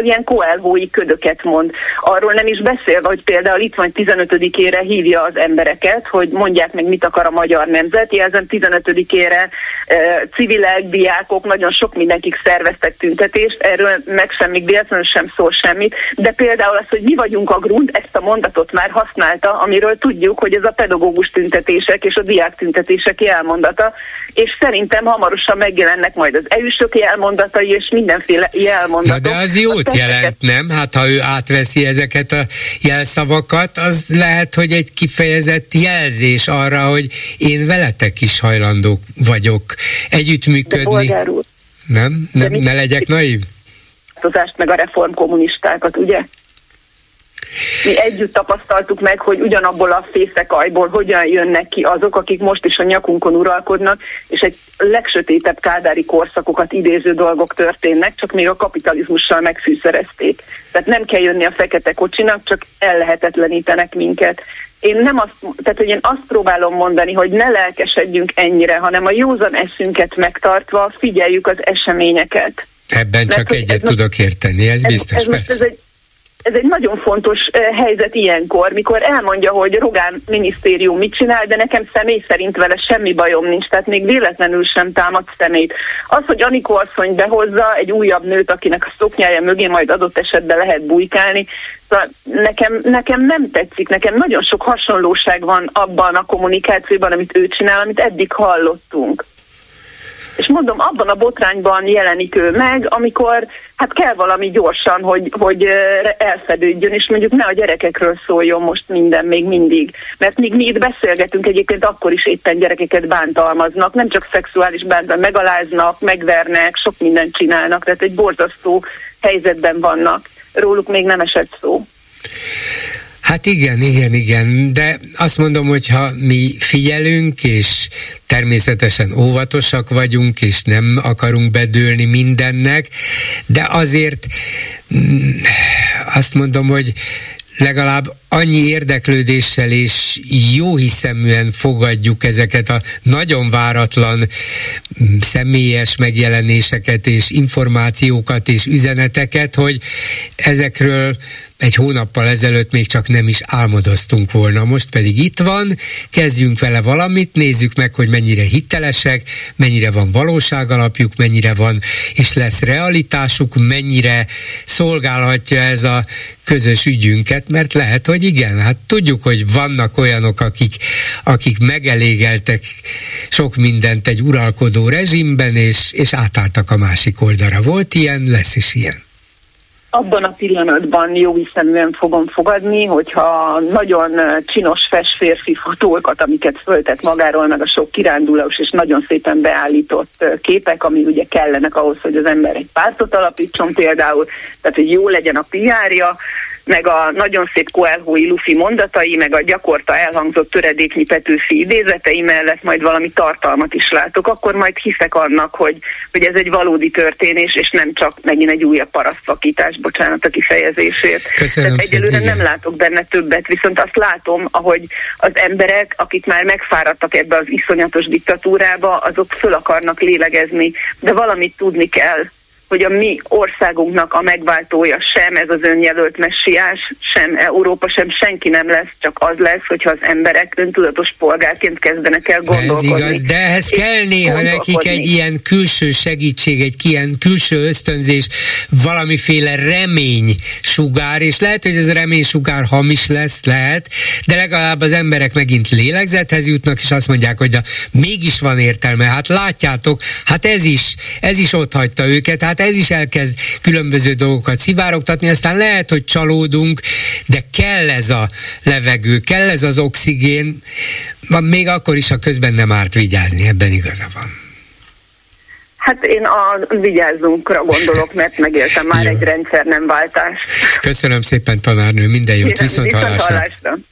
amikor ilyen koelhói ködöket mond. Arról nem is beszélve, hogy például itt van tizenötödikére hívja az embereket, hogy mondják meg, mit akar a magyar nemzet. Jelzem, tizenötödikére e, civilek, diákok, nagyon sok mindenkik szerveztek tüntetést, erről meg semmi véletlenül sem szól semmit, de például az, hogy mi vagyunk a grund, ezt a mondatot már használta, amiről tudjuk, hogy ez a pedagógus tüntetések és a diák tüntetések jelmondata, és szerintem hamarosan megjelennek majd az é u-sok jelmondatai, és mindenféle jelmondatok. Na de az jót a jelent, nem? Hát ha ő átveszi ezeket a jelszavakat, az lehet, hogy egy kifejezett jelzés arra, hogy én veletek is hajlandó vagyok együttműködni. De úr, nem? Nem, ne legyek naív? Meg a reformkommunistákat, ugye? Mi együtt tapasztaltuk meg, hogy ugyanabból a fészekajból hogyan jönnek ki azok, akik most is a nyakunkon uralkodnak, és egy legsötétebb kádári korszakokat idéző dolgok történnek, csak még a kapitalizmussal megfűszerezték. Tehát nem kell jönni a fekete kocsinak, csak ellehetetlenítenek minket. Én nem azt, tehát hogy én azt próbálom mondani, hogy ne lelkesedjünk ennyire, hanem a józan eszünket megtartva figyeljük az eseményeket. Ebben Mert, csak egyet tudok érteni, ez, ez biztos, ez, persze. Ez egy, Ez egy nagyon fontos uh, helyzet ilyenkor, mikor elmondja, hogy Rogán minisztérium mit csinál, de nekem személy szerint vele semmi bajom nincs, tehát még véletlenül sem támad szemét. Az, hogy Anikó asszony behozza egy újabb nőt, akinek a szoknyája mögé majd adott esetben lehet bujkálni, szóval nekem, nekem nem tetszik, nekem nagyon sok hasonlóság van abban a kommunikációban, amit ő csinál, amit eddig hallottunk. És mondom, abban a botrányban jelenik ő meg, amikor hát kell valami gyorsan, hogy, hogy elfedődjön, és mondjuk ne a gyerekekről szóljon most minden még mindig. Mert míg mi itt beszélgetünk, egyébként akkor is éppen gyerekeket bántalmaznak, nem csak szexuális bántalmaznak, megaláznak, megvernek, sok mindent csinálnak, tehát egy borzasztó helyzetben vannak. Róluk még nem esett szó. Hát igen, igen, igen, de azt mondom, hogy ha mi figyelünk, és természetesen óvatosak vagyunk, és nem akarunk bedőlni mindennek, de azért azt mondom, hogy legalább annyi érdeklődéssel és jóhiszeműen fogadjuk ezeket a nagyon váratlan személyes megjelenéseket és információkat és üzeneteket, hogy ezekről egy hónappal ezelőtt még csak nem is álmodoztunk volna. Most pedig itt van, kezdjünk vele valamit, nézzük meg, hogy mennyire hitelesek, mennyire van valóságalapjuk, mennyire van és lesz realitásuk, mennyire szolgálhatja ez a közös ügyünket, mert lehet, hogy igen, hát tudjuk, hogy vannak olyanok, akik, akik megelégeltek sok mindent egy uralkodó rezsimben, és, és átálltak a másik oldalra. Volt ilyen, lesz is ilyen. Abban a pillanatban jóhiszeműen fogom fogadni, hogyha nagyon csinos festférfi fotókat, amiket föltett magáról, meg a sok kirándulós és nagyon szépen beállított képek, ami ugye kellenek ahhoz, hogy az ember egy pártot alapítson például, tehát hogy jó legyen a pé er-ja, meg a nagyon szép koelhói lufi mondatai, meg a gyakorta elhangzott töredéknyi Petőfi idézetei mellett majd valami tartalmat is látok, akkor majd hiszek annak, hogy, hogy ez egy valódi történés, és nem csak megint egy újabb parasztvakítás, bocsánat a kifejezésért. Köszönöm. Tehát egyelőre szépen, nem látok benne többet, viszont azt látom, ahogy az emberek, akik már megfáradtak ebbe az iszonyatos diktatúrába, azok föl akarnak lélegezni, de valamit tudni kell, hogy a mi országunknak a megváltója sem ez az önjelölt messiás, sem Európa, sem senki nem lesz, csak az lesz, hogyha az emberek öntudatos polgárként kezdenek el gondolkodni. Ez igaz, de ehhez kell néha nekik egy ilyen külső segítség, egy ilyen külső ösztönzés, valamiféle reménysugár, és lehet, hogy ez a reménysugár hamis lesz, lehet, de legalább az emberek megint lélegzethez jutnak, és azt mondják, hogy de mégis van értelme, hát látjátok, hát ez is, ez is ott hagyta őket, hát ez is elkezd különböző dolgokat szivárogtatni, aztán lehet, hogy csalódunk, de kell ez a levegő, kell ez az oxigén, még akkor is, ha közben nem árt vigyázni, ebben igaza van. Hát én a vigyázzunkra gondolok, mert megéltem már egy rendszer nem váltást. Köszönöm szépen, tanárnő, minden jót, viszont hallásra.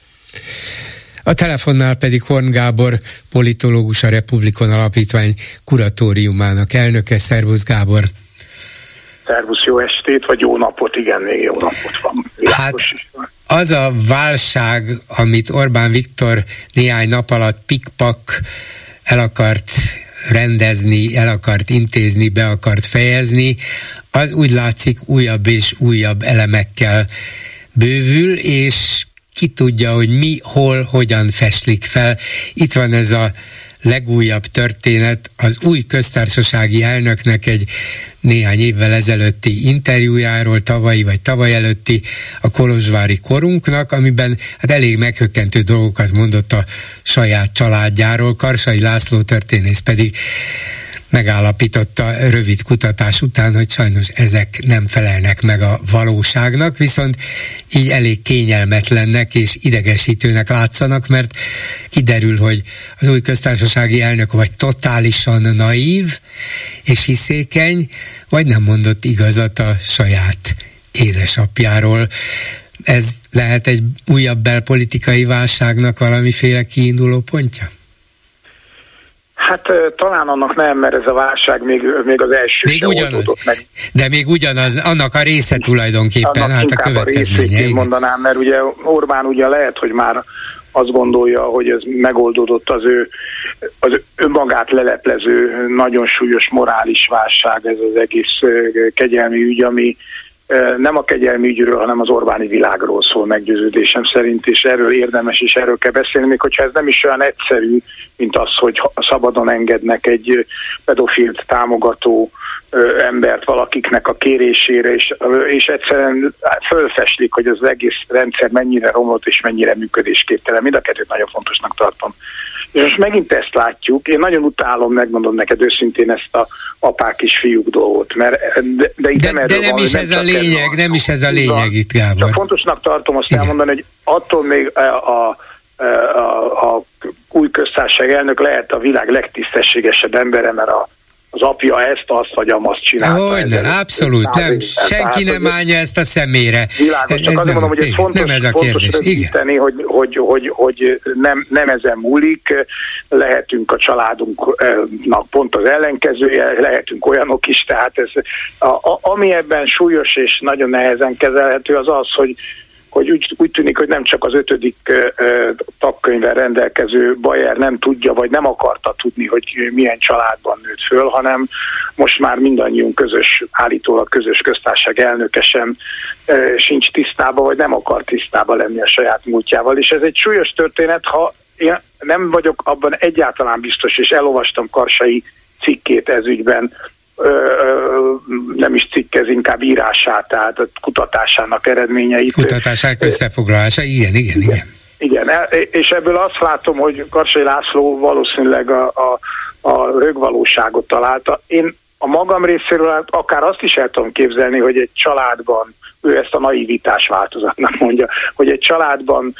A telefonnál pedig Horn Gábor, politológus, a Republikon Alapítvány kuratóriumának elnöke. Szervusz, Gábor! Szervusz, jó estét, vagy jó napot, igen, még jó napot van. Hát az a válság, amit Orbán Viktor néhány nap alatt pikpak el akart rendezni, el akart intézni, be akart fejezni, az úgy látszik újabb és újabb elemekkel bővül, és ki tudja, hogy mi, hol, hogyan festlik fel. Itt van ez a legújabb történet az új köztársasági elnöknek egy néhány évvel ezelőtti interjújáról, tavalyi vagy tavaly előtti a kolozsvári Korunknak, amiben hát elég meghökkentő dolgokat mondott a saját családjáról. Karsai László történész pedig megállapította rövid kutatás után, hogy sajnos ezek nem felelnek meg a valóságnak, viszont így elég kényelmetlennek és idegesítőnek látszanak, mert kiderül, hogy az új köztársasági elnök vagy totálisan naív és hiszékeny, vagy nem mondott igazat a saját édesapjáról. Ez lehet egy újabb belpolitikai válságnak valamiféle kiinduló pontja? Hát talán annak nem, mert ez a válság még, még az első még ugyanaz, meg. De még ugyanaz, annak a része tulajdonképpen, annak hát a következménye. Én mondanám, mert ugye Orbán ugye lehet, hogy már azt gondolja, hogy ez megoldódott az ő az önmagát leleplező, nagyon súlyos morális válság, ez az egész kegyelmi ügy, ami nem a kegyelmi ügyről, hanem az Orbáni világról szól meggyőződésem szerint, és erről érdemes, és erről kell beszélni, még hogyha ez nem is olyan egyszerű, mint az, hogy szabadon engednek egy pedofilt támogató embert valakiknek a kérésére, és, és egyszerűen fölfeslik, hogy az egész rendszer mennyire romlott és mennyire működésképtelen. Mind a kettőt nagyon fontosnak tartom. És most megint ezt látjuk, én nagyon utálom, megmondom neked őszintén ezt a apák és fiúk dolgot, mert de, de, de, nem, de nem van, is ez a lényeg, van, nem is ez a lényeg itt, Gábor. Csak fontosnak tartom azt Igen. elmondani, hogy attól még a, a, a, a új köztársaság elnök lehet a világ legtisztességesebb embere, mert a az apja ezt, azt vagy amazt csinálta. Hogyne, abszolút, nem. Senki nem állja ezt a szemére. Világos, csak azért mondom, hogy ez fontos, nem ez a fontos rögzíteni, hogy, hogy, hogy, hogy nem, nem ezen múlik, lehetünk a családunknak pont az ellenkezője, lehetünk olyanok is, tehát ez, a, a, ami ebben súlyos és nagyon nehezen kezelhető, az az, hogy hogy úgy, úgy tűnik, hogy nem csak az ötödik uh, tagkönyvvel rendelkező Bayer nem tudja, vagy nem akarta tudni, hogy milyen családban nőtt föl, hanem most már mindannyiunk közös, állítólag közös köztársaság elnöke sem uh, sincs tisztában, vagy nem akar tisztában lenni a saját múltjával. És ez egy súlyos történet, ha én nem vagyok abban egyáltalán biztos, és elolvastam Karsai cikkét ez ügyben, nem is cikkez, inkább írását, tehát a kutatásának eredményeit. Kutatásának összefoglalása, igen, igen, igen. Igen, és ebből azt látom, hogy Karsai László valószínűleg a, a, a rögvalóságot találta. Én a magam részéről akár azt is el tudom képzelni, hogy egy családban, ő ezt a naivitás változatnak mondja, hogy egy családban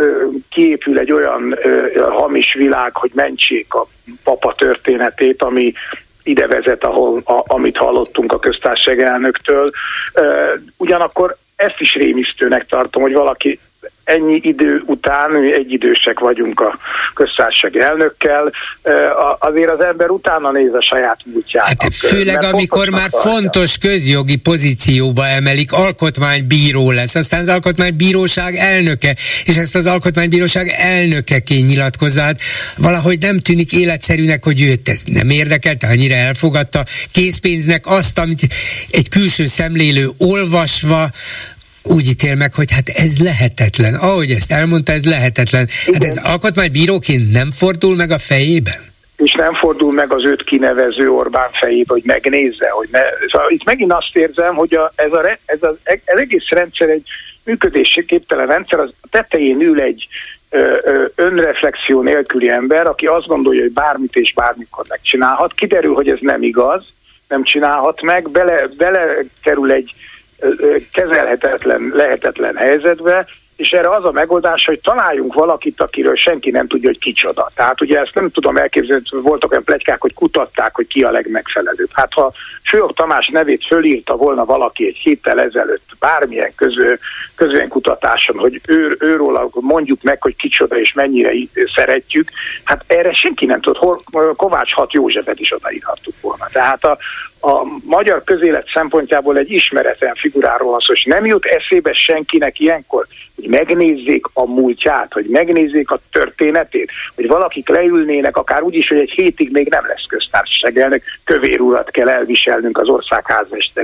kiépül egy olyan hamis világ, hogy mentsék a papa történetét, ami ide vezet, ahol, a, amit hallottunk a köztársaság elnöktől. Uh, ugyanakkor ezt is rémisztőnek tartom, hogy valaki ennyi idő után, mi egyidősek vagyunk a köztársaság elnökkel, azért az ember utána néz a saját múltjának. Hát főleg amikor már tartja. Fontos közjogi pozícióba emelik, alkotmánybíró lesz, aztán az alkotmánybíróság elnöke, és ezt az alkotmánybíróság elnökeként nyilatkozzát, valahogy nem tűnik életszerűnek, hogy őt ez nem érdekelte, annyira elfogadta készpénznek azt, amit egy külső szemlélő olvasva úgy ítél meg, hogy hát ez lehetetlen. Ahogy ezt elmondta, ez lehetetlen. Igen. Hát ez alkotmánybíróként nem fordul meg a fejében? És nem fordul meg az őt kinevező Orbán fejébe, hogy megnézze. Hogy ne... szóval itt megint azt érzem, hogy a, ez, a, ez az ez egész rendszer egy működésképtelen rendszer, az tetején ül egy ö, ö, önreflexió nélküli ember, aki azt gondolja, hogy bármit és bármikor megcsinálhat. Kiderül, hogy ez nem igaz, nem csinálhat meg, bele, bele kerül egy kezelhetetlen, lehetetlen helyzetbe, és erre az a megoldás, hogy találjunk valakit, akiről senki nem tudja, hogy kicsoda. Tehát ugye ezt nem tudom elképzelni, voltak olyan pletykák, hogy kutatták, hogy ki a legmegfelelőbb. Hát ha Sőjog Tamás nevét fölírta volna valaki egy héttel ezelőtt bármilyen közö, közvénkutatáson, hogy ő, őról mondjuk meg, hogy kicsoda és mennyire szeretjük, hát erre senki nem tud. Kovács hat Józsefet is odaírhattuk volna. Tehát a A magyar közélet szempontjából egy ismeretlen figuráról van szó, és nem jut eszébe senkinek ilyenkor, hogy megnézzék a múltját, hogy megnézzék a történetét, hogy valakik leülnének, akár úgy is, hogy egy hétig még nem lesz köztársaság elnök, Kövér urat kell elviselnünk, az ország házmesterét.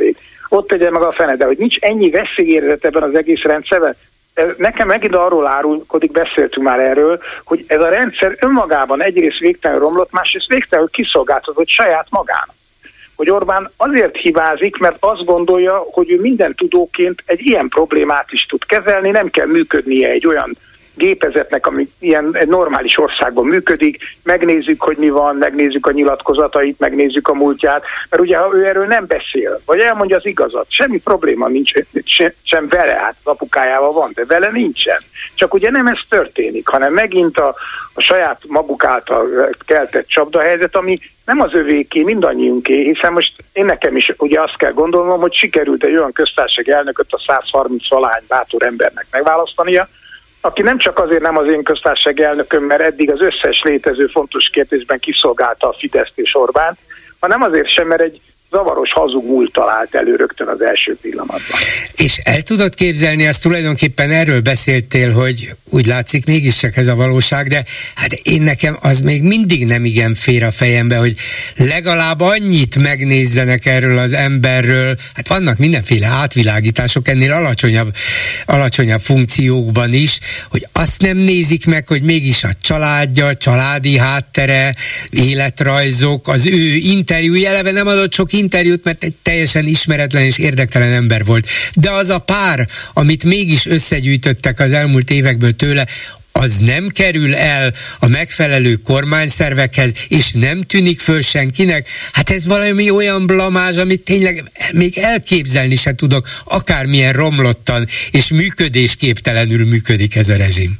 ott tegye meg a fene, de hogy nincs ennyi veszélyérzet ebben az egész rendszerben. Nekem megint arról árulkodik, beszéltünk már erről, hogy ez a rendszer önmagában egyrészt végtelenül romlott, másrészt végtelenül kiszolgáltatott saját magának. Hogy Orbán azért hibázik, mert azt gondolja, hogy ő minden tudóként egy ilyen problémát is tud kezelni, nem kell működnie egy olyan gépezetnek, ami ilyen egy normális országban működik, megnézzük, hogy mi van, megnézzük a nyilatkozatait, megnézzük a múltját, mert ugye ha ő erről nem beszél, vagy elmondja az igazat, semmi probléma nincs, sem, sem vele, hát az apukájával van, de vele nincsen. Csak ugye nem ez történik, hanem megint a, a saját maguk által keltett csapdahelyzet, ami nem az övéké, mindannyiunké, hiszen most én nekem is ugye azt kell gondolnom, hogy sikerült egy olyan köztársasági elnököt a száz harminc valány bátor embernek megválasztania, aki nem csak azért nem az én köztársasági elnököm, mert eddig az összes létező fontos kérdésben kiszolgálta a Fideszt és Orbánt, hanem azért sem, mert egy zavaros hazug múlt talált elő rögtön az első pillanatban. És el tudod képzelni, azt tulajdonképpen erről beszéltél, hogy úgy látszik mégis csak ez a valóság, de hát én nekem az még mindig nem igen fér a fejembe, hogy legalább annyit megnézzenek erről az emberről, hát vannak mindenféle átvilágítások ennél alacsonyabb, alacsonyabb funkciókban is, hogy azt nem nézik meg, hogy mégis a családja, családi háttere, életrajzok, az ő interjúi, eleve nem adott sok interjút, mert egy teljesen ismeretlen és érdektelen ember volt. De az a pár, amit mégis összegyűjtöttek az elmúlt évekből tőle, az nem kerül el a megfelelő kormányszervekhez, és nem tűnik föl senkinek. Hát ez valami olyan blamázs, amit tényleg még elképzelni se tudok, akármilyen romlottan és működésképtelenül működik ez a rezsim.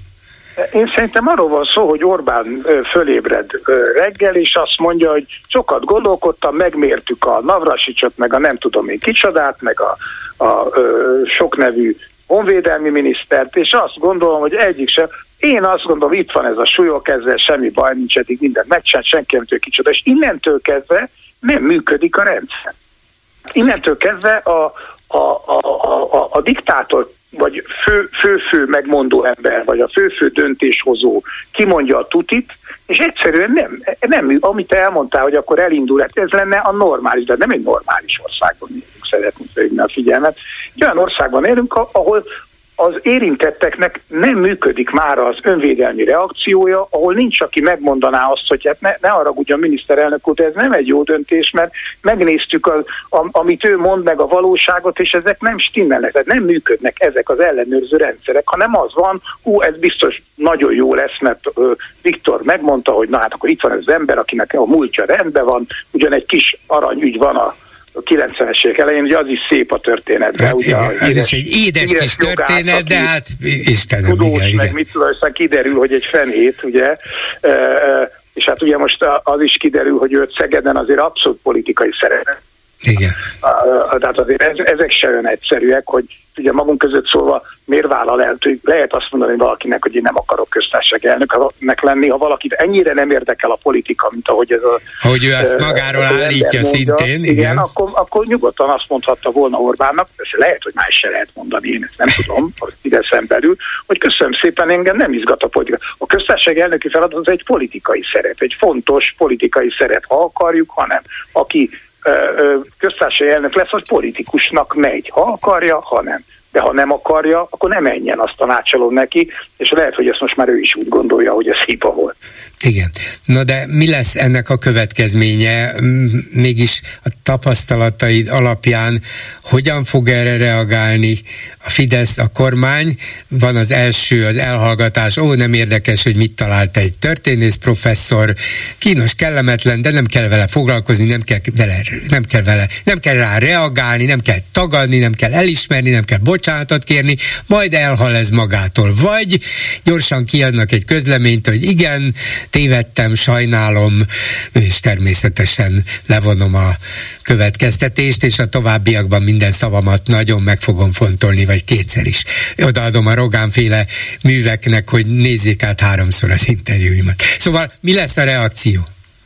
Én szerintem arról van szó, hogy Orbán fölébred reggel, és azt mondja, hogy sokat gondolkodtam, megmértük a Navracsicsot, meg a nem tudom én kicsodát, meg a, a, a soknevű honvédelmi minisztert, és azt gondolom, hogy egyik sem. Én azt gondolom, itt van ez a súlyok, ezzel semmi baj nincs, eddig minden meccsen, senki nem tudja kicsoda, és innentől kezdve nem működik a rendszer. Innentől kezdve a, a, a, a, a, a diktátor vagy fő-fő megmondó ember, vagy a fő-fő döntéshozó kimondja a tutit, és egyszerűen nem, nem, amit elmondtál, hogy akkor elindul, ez lenne a normális, de nem egy normális országban élünk, szeretnénk felhívni a figyelmet. Egy olyan országban élünk, ahol az érintetteknek nem működik már az önvédelmi reakciója, ahol nincs, aki megmondaná azt, hogy hát ne, ne haragudjon a miniszterelnök úr, de ez nem egy jó döntés, mert megnéztük, a, a, amit ő mond, meg a valóságot, és ezek nem stimmelnek, tehát nem működnek ezek az ellenőrző rendszerek, hanem az van, hú, ez biztos nagyon jó lesz, mert ö, Viktor megmondta, hogy na hát akkor itt van ez az ember, akinek a múltja rendben van, ugyan egy kis aranyügy van a a kilencvenes évek elején, ugye az is szép a történetben. Hát, ugye, igen, az is egy édes kis történet, de hát Istenem, tudós, igen, meg igen. mit tudom, aztán kiderül, hogy egy fenét, ugye, e, és hát ugye most az is kiderül, hogy őt Szegeden azért abszolút politikai szerep. Igen. Tehát azért ezek se olyan egyszerűek, hogy ugye magunk között szólva miért vállal el, lehet azt mondani valakinek, hogy én nem akarok köztársasági elnöknek lenni, ha valakit ennyire nem érdekel a politika, mint ahogy ez a... Ahogy ő ezt magáról állítja szintén, igen. igen akkor, akkor nyugodtan azt mondhatta volna Orbánnak, persze lehet, hogy más se lehet mondani, én ezt nem tudom, az Fideszen belül, hogy köszönöm szépen, engem nem izgat a politika. A köztársasági elnöki feladat az egy politikai szerep, egy fontos politikai szerep, ha akarjuk, ha nem. Aki köztársasági elnök lesz, az politikusnak megy. Ha akarja, ha nem. De ha nem akarja, akkor nem menjen, azt tanácsolom neki, és lehet, hogy ezt most már ő is úgy gondolja, hogy ez hiba volt. Igen. Na de mi lesz ennek a következménye? Mégis a tapasztalataid alapján hogyan fog erre reagálni a Fidesz, a kormány? Van az első, az elhallgatás, ó, nem érdekes, hogy mit talált egy történész professzor, kínos, kellemetlen, de nem kell vele foglalkozni, nem kell vele, nem kell vele, nem kell rá reagálni, nem kell tagadni, nem kell elismerni, nem kell bocsánatot kérni, majd elhal ez magától. Vagy gyorsan kiadnak egy közleményt, hogy igen, tévedtem, sajnálom, és természetesen levonom a következtetést, és a továbbiakban minden szavamat nagyon meg fogom fontolni, vagy kétszer is. Odaadom a Rogán-féle műveknek, hogy nézzék át háromszor az interjúimat. Szóval mi lesz a reakció?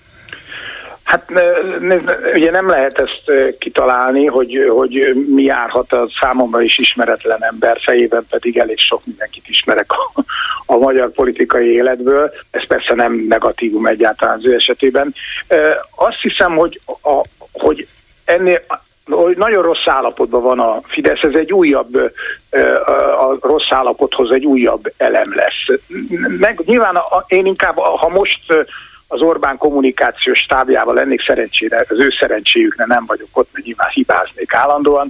Hát ugye nem lehet ezt kitalálni, hogy, hogy mi járhat a számomra is ismeretlen ember fejében, pedig elég sok mindenkit ismerek a, a magyar politikai életből. Ez persze nem negatívum egyáltalán az ő esetében. Azt hiszem, hogy, a, hogy ennél nagyon rossz állapotban van a Fidesz, ez egy újabb, a rossz állapothoz egy újabb elem lesz. Meg, nyilván én inkább, ha most az Orbán kommunikációs stábjával lennék, szerencsére, az ő szerencséjükre nem vagyok ott, mert nyilván hibáznék állandóan,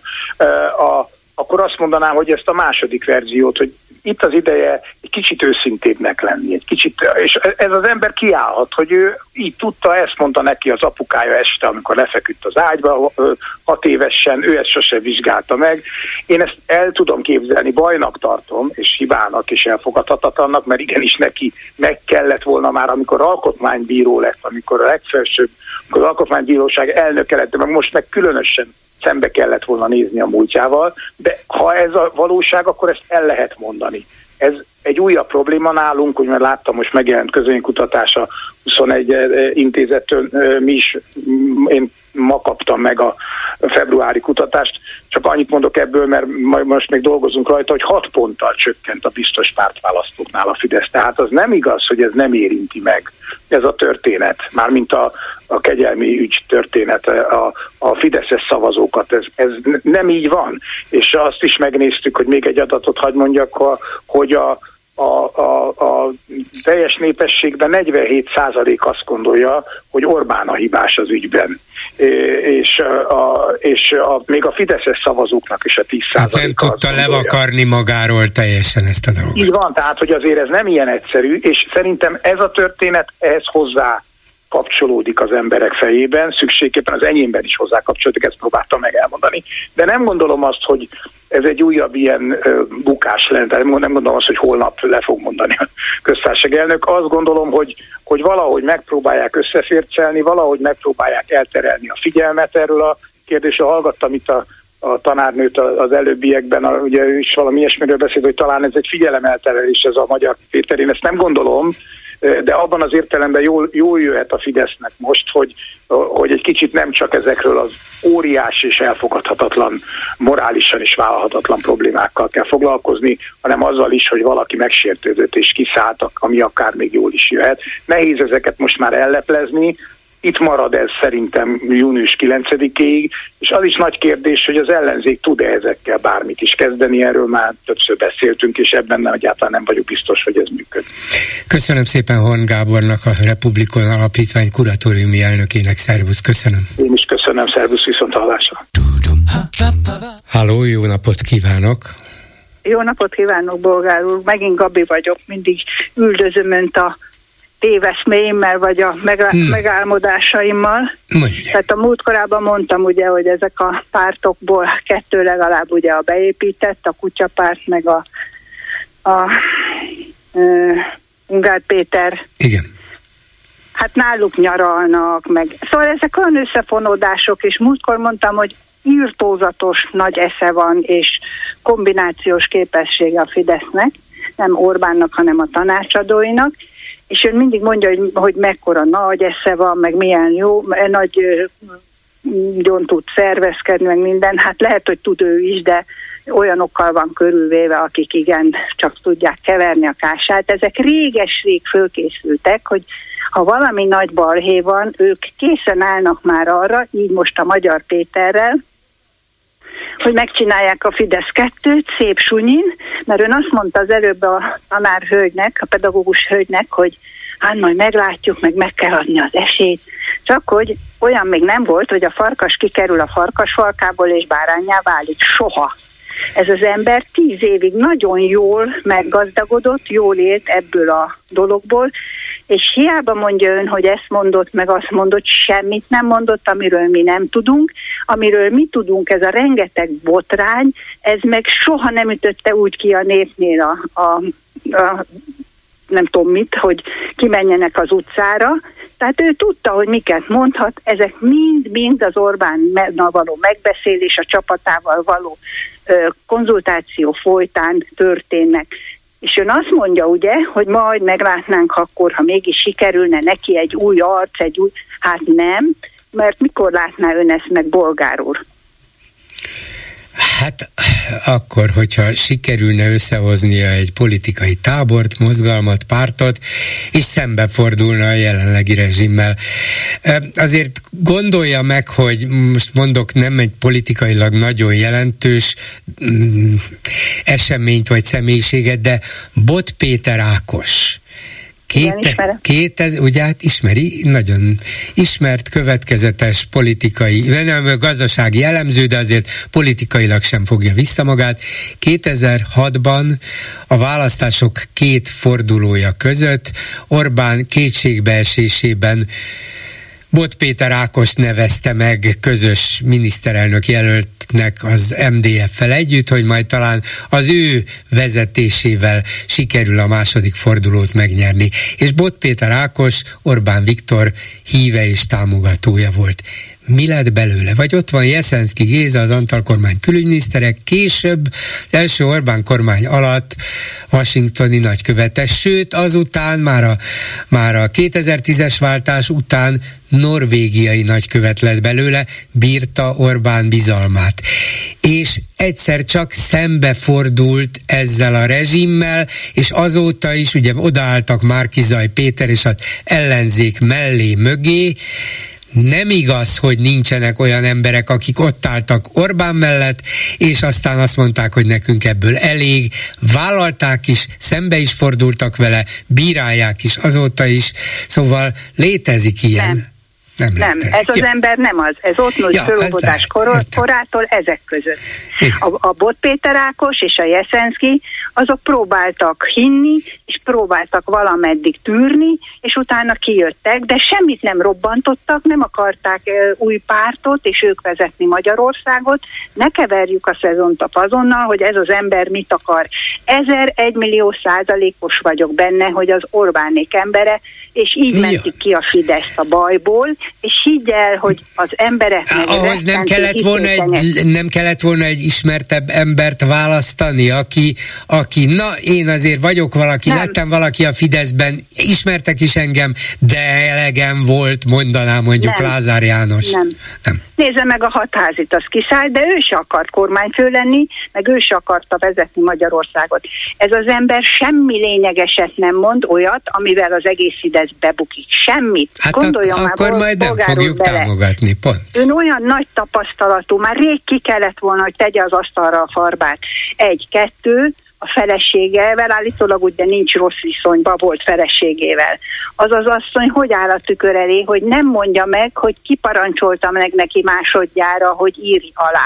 a, akkor azt mondanám, hogy ezt a második verziót, hogy itt az ideje egy kicsit őszintébbnek lenni, egy kicsit, és ez az ember kiállhat, hogy ő így tudta, ezt mondta neki az apukája este, amikor lefeküdt az ágyba, hat évesen, ő ezt sose vizsgálta meg. Én ezt el tudom képzelni, bajnak tartom, és hibának, és elfogadhatatlannak, mert igenis neki meg kellett volna már, amikor alkotmánybíró lett, amikor a legfelsőbb, amikor az alkotmánybíróság elnöke lett, de meg most meg különösen szembe kellett volna nézni a múltjával, de ha ez a valóság, akkor ezt el lehet mondani. Ez egy újabb probléma nálunk, hogy már láttam, most megjelent közönkutatás a huszonegy intézettől, mi is, én ma kaptam meg a februári kutatást, csak annyit mondok ebből, mert most még dolgozunk rajta, hogy hat ponttal csökkent a biztos pártválasztóknál a Fidesz. Tehát az nem igaz, hogy ez nem érinti meg, ez a történet, mármint a, a kegyelmi ügy története, a, a fideszes szavazókat, ez, ez nem így van. És azt is megnéztük, hogy még egy adatot hadd mondjak, hogy a A, a, a teljes népességben negyvenhét százalék azt gondolja, hogy Orbán a hibás az ügyben. É, és a, és a, még a fideszes szavazóknak is a tíz százalék. Hát nem tudta levakarni magáról teljesen ezt a dolgot. Így van, tehát hogy azért ez nem ilyen egyszerű, és szerintem ez a történet ehhez hozzá kapcsolódik az emberek fejében, szükségképpen az enyémben is hozzá kapcsolódik, ezt próbáltam meg elmondani. De nem gondolom azt, hogy ez egy újabb ilyen ö, bukás lenne, nem gondolom azt, hogy holnap le fog mondani a köztársaság elnök. Azt gondolom, hogy, hogy valahogy megpróbálják összefércelni, valahogy megpróbálják elterelni a figyelmet erről a kérdésről. Hallgattam itt a, a tanárnőt az előbbiekben, a, ugye ő is valami ilyesmiről beszélt, hogy talán ez egy figyelemelterelés, ez a Magyar Péter. Én ezt nem gondolom, de abban az értelemben jól, jól jöhet a Fidesznek most, hogy, hogy egy kicsit nem csak ezekről az óriási és elfogadhatatlan, morálisan is vállalhatatlan problémákkal kell foglalkozni, hanem azzal is, hogy valaki megsértődött és kiszállt, ami akár még jól is jöhet. Nehéz ezeket most már elleplezni, itt marad ez szerintem június kilencedikéig, és az is nagy kérdés, hogy az ellenzék tud-e ezekkel bármit is kezdeni, erről már többször beszéltünk, és ebben nem, egyáltalán nem vagyok biztos, hogy ez működik. Köszönöm szépen Horn Gábornak, a Republikon Alapítvány kuratóriumi elnökének. Szervusz, köszönöm. Én is köszönöm, szervusz, viszont hallásra. Halló, jó napot kívánok! Jó napot kívánok, Bolgár úr, megint Gabi vagyok, mindig üldözöm önt a téveszméimmel, vagy a megá- hmm. megálmodásaimmal. Mondja. Tehát a múltkorában mondtam ugye, hogy ezek a pártokból kettő legalább ugye a beépített, a kutyapárt, meg a, a uh, Ungár Péter. Igen. Hát náluk nyaralnak, meg. Szóval ezek olyan összefonódások, és múltkor mondtam, hogy írtózatos nagy esze van, és kombinációs képessége a Fidesznek, nem Orbánnak, hanem a tanácsadóinak, és ön mindig mondja, hogy, hogy mekkora nagy esze van, meg milyen jó, nagy nagyon tud szervezkedni, meg minden. Hát lehet, hogy tud ő is, de olyanokkal van körülvéve, akik igen, csak tudják keverni a kását. Ezek réges-rég fölkészültek, hogy ha valami nagy balhé van, ők készen állnak már arra, így most a Magyar Péterrel, hogy megcsinálják a Fidesz kettőt szép sunyin, mert ön azt mondta az előbb a tanárhölgynek, a pedagógus hölgynek, hogy hát majd meglátjuk, meg meg kell adni az esélyt. Csak hogy olyan még nem volt, hogy a farkas kikerül a farkasfalkából és báránnyá válik. Soha. Ez az ember tíz évig nagyon jól meggazdagodott, jól élt ebből a dologból, és hiába mondja ön, hogy ezt mondott, meg azt mondott, semmit nem mondott, amiről mi nem tudunk. Amiről mi tudunk, ez a rengeteg botrány, ez meg soha nem ütötte úgy ki a népnél a, a, a nem tudom mit, hogy kimenjenek az utcára. Tehát ő tudta, hogy miket mondhat, ezek mind-mind az Orbánnal való megbeszélés, a csapatával való ö, konzultáció folytán történnek. És ön azt mondja, ugye, hogy majd meglátnánk akkor, ha mégis sikerülne neki egy új arc, egy új... Hát nem, mert mikor látná ön ezt meg, Bolgár úr? Hát akkor, hogyha sikerülne összehoznia egy politikai tábort, mozgalmat, pártot, és szembefordulna a jelenlegi rezsimmel. Azért gondolja meg, hogy most mondok nem egy politikailag nagyon jelentős mm, eseményt vagy személyiséget, de Bot Péter Ákos. Két, két, ugye hát ismeri, nagyon ismert, következetes politikai, nem gazdasági elemző, de azért politikailag sem fogja vissza magát. kétezer-hatban a választások két fordulója között Orbán kétségbeesésében Bot Péter Ákost nevezte meg közös miniszterelnök jelöltnek az em dé ef-fel együtt, hogy majd talán az ő vezetésével sikerül a második fordulót megnyerni. És Bot Péter Ákos Orbán Viktor híve és támogatója volt. Mi lett belőle? Vagy ott van Jeszenszky Géza, az Antal kormány külügyminisztere, később az első Orbán kormány alatt washingtoni nagykövete, sőt azután már a, már a kétezer-tízes váltás után norvégiai nagykövet lett belőle, bírta Orbán bizalmát. És egyszer csak szembefordult ezzel a rezsimmel, és azóta is ugye odaálltak Márki-Zay Péter és az ellenzék mellé mögé. Nem igaz, hogy nincsenek olyan emberek, akik ott álltak Orbán mellett, és aztán azt mondták, hogy nekünk ebből elég. Vállalták is, szembe is fordultak vele, bírálják is azóta is. Szóval létezik ilyen. Nem. Nem, nem ez az ja. ember nem az. Ez ott nőtt ja, fölobodás kor- korától ezek között. A, a Bot Péter Ákos és a Jeszenszky azok próbáltak hinni, és próbáltak valameddig tűrni, és utána kijöttek, de semmit nem robbantottak, nem akarták uh, új pártot, és ők vezetni Magyarországot. Ne keverjük a szezont a azonnal, hogy ez az ember mit akar. Ezer, egymillió százalékos vagyok benne, hogy az Orbánék embere, és így ja. mentik ki a Fideszt a bajból, és higgy el, hogy az embereknek... Ahhoz nem kellett, volna egy, nem kellett volna egy ismertebb embert választani, aki, aki na, én azért vagyok valaki, nem. lettem valaki a Fideszben, ismertek is engem, de elegem volt, mondaná mondjuk nem. Lázár János. Nem. nem. Nézze meg a Hatházit, az kiszállt, de ő se akart kormányfő lenni, meg ő se akarta vezetni Magyarországot. Ez az ember semmi lényegeset nem mond, olyat, amivel az egész Fidesz bebukik. Semmit. Hát ak- akkor majd nem fogjuk bele. támogatni, pont. Ön olyan nagy tapasztalatú, már rég ki kellett volna, hogy tegye az asztalra a farbát. Egy, kettő, a feleségével, állítólag ugye nincs rossz viszonyban, volt feleségével. Az az asszony hogy áll a tükör elé, hogy nem mondja meg, hogy kiparancsolta meg neki másodjára, hogy írj alá.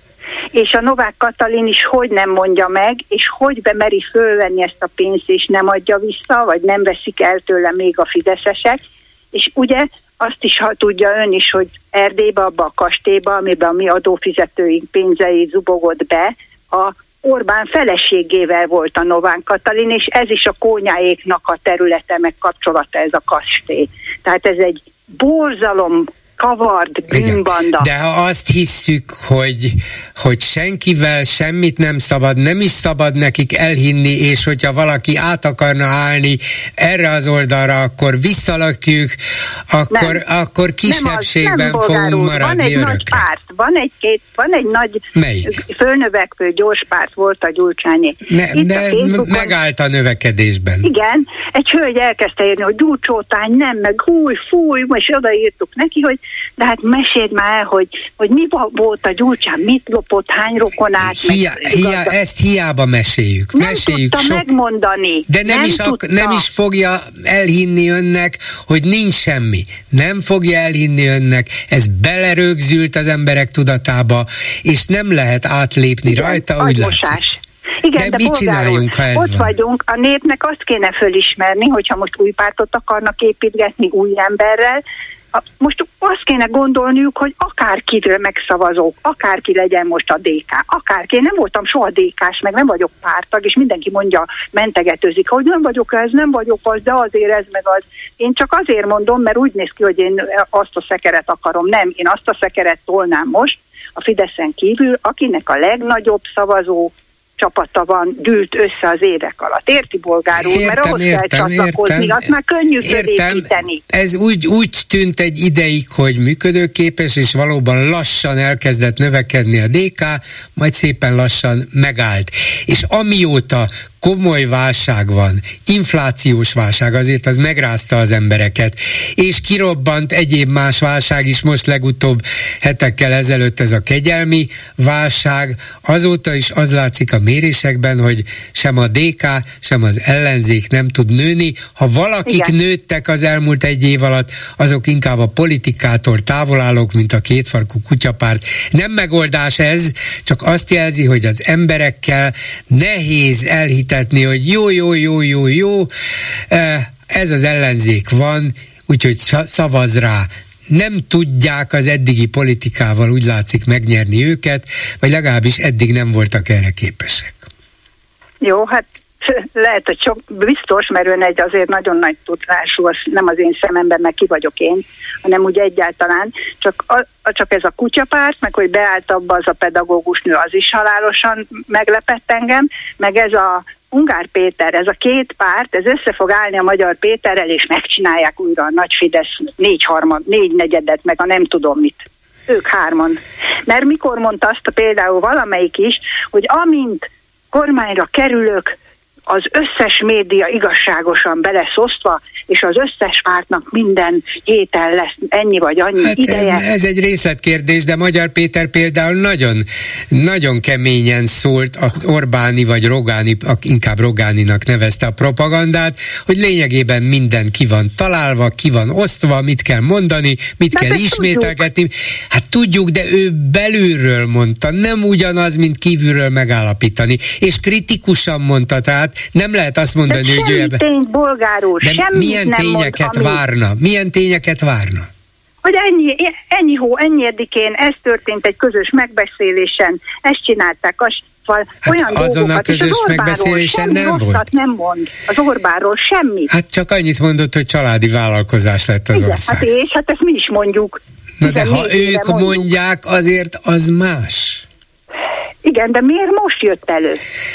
És a Novák Katalin is hogy nem mondja meg, és hogy bemeri fölvenni ezt a pénzt, és nem adja vissza, vagy nem veszik el tőle még a fideszesek. És ugye azt is ha tudja ön is, hogy Erdélybe, abba a kastélyba, amiben a mi adófizetőink pénzei zubogott be, a Orbán feleségével volt a Novák Katalin, és ez is a kónyáéknak a területe, meg kapcsolata ez a kastély. Tehát ez egy borzalom, kavart bűnbanda. De ha azt hisszük, hogy, hogy senkivel semmit nem szabad, nem is szabad nekik elhinni, és hogyha valaki át akarna állni erre az oldalra, akkor visszalakjuk, akkor, akkor kisebbségben nem az, nem fogunk maradni van egy örökre. Nagy párt, van egy, két, van egy nagy Melyik? fölnövekvő gyors párt volt a Gyurcsányi. Ne, de megállt a növekedésben. Igen, egy hölgy elkezdte írni, hogy Gyurcsótány nem, meg új, fúj, és odaírtuk neki, hogy de hát meséld már el, hogy, hogy mi volt a Gyurcsán, mit lopott, hány rokonát. Hia, meg, hia, ezt hiába meséljük. Nem meséljük tudta sok, megmondani. De nem, nem, is ak- nem is fogja elhinni önnek, hogy nincs semmi. Nem fogja elhinni önnek. Ez belerögzült az emberek tudatába, és nem lehet átlépni igen, rajta, úgy látszik. Igen, de, de mit csináljunk, ha ez ott van? vagyunk, a népnek azt kéne fölismerni, hogyha most új pártot akarnak építgetni új emberrel, most azt kéne gondolniuk, hogy akárkiről megszavazók, akárki legyen most a dé ká, akárki. Én nem voltam soha dé ká-s, meg nem vagyok pártag, és mindenki mondja, mentegetőzik, hogy nem vagyok ez, nem vagyok az, de azért ez meg az. Én csak azért mondom, mert úgy néz ki, hogy én azt a szekeret akarom. Nem, én azt a szekeret tolnám most a Fideszen kívül, akinek a legnagyobb szavazó csapata van, gyűlt össze az évek alatt. Érti, bolgár úr? Mert ahhoz értem, kell csatlakozni, értem, azt már könnyű értem. fölépíteni. Ez úgy, úgy tűnt egy ideig, hogy működőképes, és valóban lassan elkezdett növekedni a dé ká, majd szépen lassan megállt. És amióta komoly válság van, inflációs válság, azért az megrázta az embereket, és kirobbant egyéb más válság is, most legutóbb hetekkel ezelőtt ez a kegyelmi válság, azóta is az látszik a mérésekben, hogy sem a dé ká, sem az ellenzék nem tud nőni. Ha valakik Igen. nőttek az elmúlt egy év alatt, azok inkább a politikától távol állók, mint a kétfarkú kutyapárt. Nem megoldás ez, csak azt jelzi, hogy az emberekkel nehéz elhitetni, hogy jó, jó, jó, jó, jó, ez az ellenzék van, úgyhogy szavaz rá. Nem tudják az eddigi politikával, úgy látszik, megnyerni őket, vagy legalábbis eddig nem voltak erre képesek. Jó, hát lehet, hogy sok, biztos, mert ön egy azért nagyon nagy tudású, az nem az én szememben, meg ki vagyok én, hanem úgy egyáltalán, csak, a, csak ez a kutyapárt, meg hogy beállt abba az a pedagógusnő, az is halálosan meglepett engem, meg ez a Ungár Péter, ez a két párt, ez össze fog állni a Magyar Péterrel, és megcsinálják újra a nagy Fidesz négy harmad, négy negyedet, meg a nem tudom mit. Ők hárman. Mert mikor mondta azt például valamelyik is, hogy amint kormányra kerülök, az összes média igazságosan be lesz osztva, és az összes pártnak minden héten lesz ennyi vagy annyi hát ideje. Ez egy részletkérdés, de Magyar Péter például nagyon, nagyon keményen szólt az Orbáni vagy Rogáni, inkább Rogáninak nevezte a propagandát, hogy lényegében minden ki van találva, ki van osztva, mit kell mondani, mit de kell ismételgetni. Tudjuk. Hát tudjuk, de ő belülről mondta, nem ugyanaz, mint kívülről megállapítani. És kritikusan mondta, tehát nem lehet azt mondani, de hogy ő ebben... tényt, bolgár úr, milyen tényeket mond, várna? Ami... Milyen tényeket várna? Hogy ennyi, ennyi hó, ennyiedikén ez történt egy közös megbeszélésen, ezt csinálták, azt hát olyan azon dolgokat, a közös megbeszélésen nem volt. nem mond. Az Orbánról semmit. Hát csak annyit mondott, hogy családi vállalkozás lett az Igen, ország. hát és hát ezt mi is mondjuk. Na de ha ők mondjuk. mondják, azért az más. Igen, de miért most jött elő?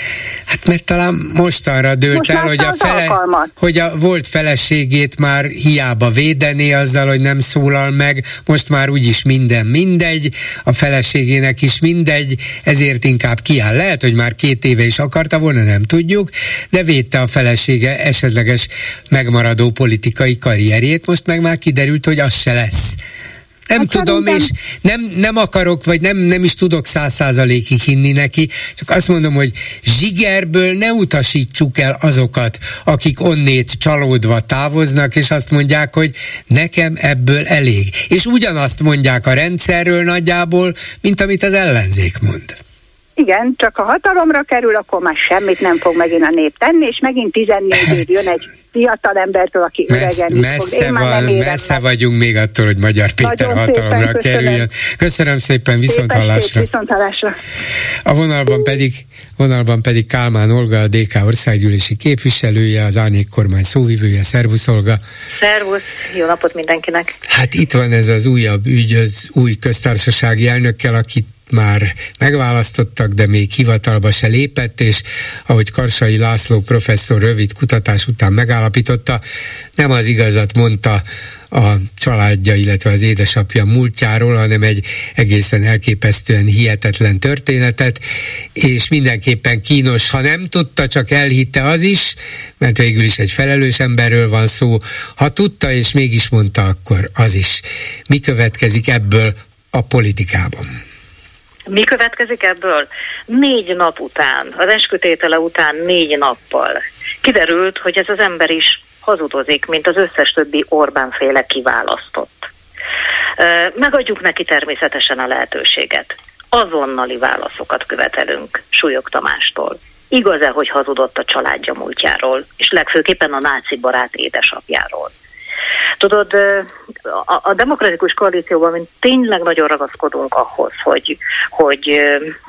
Hát mert talán mostanra dőlt most el, hogy a, fele, hogy a volt feleségét már hiába védeni azzal, hogy nem szólal meg, most már úgyis minden mindegy, a feleségének is mindegy, ezért inkább kiáll. Lehet, hogy már két éve is akarta volna, nem tudjuk, de védte a felesége esetleges megmaradó politikai karrierjét, most meg már kiderült, hogy az se lesz. Nem hát tudom, szerintem... és nem, nem akarok, vagy nem, nem is tudok száz százalékig hinni neki, csak azt mondom, hogy zsigerből ne utasítsuk el azokat, akik onnét csalódva távoznak, és azt mondják, hogy nekem ebből elég. És ugyanazt mondják a rendszerről nagyjából, mint amit az ellenzék mond. Igen, csak ha hatalomra kerül, akkor már semmit nem fog megint a nép tenni, és megint tizennégy év jön egy fiatal embertől, aki öregen messze fog. Van, messze meg. Vagyunk még attól, hogy Magyar Péter nagyon hatalomra kerüljön. Köszönöm szépen, viszonthallásra. Viszonthallásra. A vonalban pedig, vonalban pedig Kálmán Olga, a dé ká országgyűlési képviselője, az Árnyék kormány szóvivője. Szervusz, Olga. Szervusz, jó napot mindenkinek. Hát itt van ez az újabb ügy, az új köztársasági elnökkel, akit már megválasztottak, de még hivatalba se lépett, és ahogy Karsai László professzor rövid kutatás után megállapította, nem az igazat mondta a családja, illetve az édesapja múltjáról, hanem egy egészen elképesztően hihetetlen történetet, és mindenképpen kínos, ha nem tudta, csak elhitte az is, mert végül is egy felelős emberről van szó, ha tudta és mégis mondta, akkor az is. Mi következik ebből a politikában? Mi következik ebből? Négy nap után, az eskütétele után négy nappal kiderült, hogy ez az ember is hazudozik, mint az összes többi Orbán-féle kiválasztott. Megadjuk neki természetesen a lehetőséget. Azonnali válaszokat követelünk Súlyog Tamástól. Igaz-e, hogy hazudott a családja múltjáról, és legfőképpen a náci barát édesapjáról? Tudod, a, a demokratikus koalícióban mi tényleg nagyon ragaszkodunk ahhoz, hogy, hogy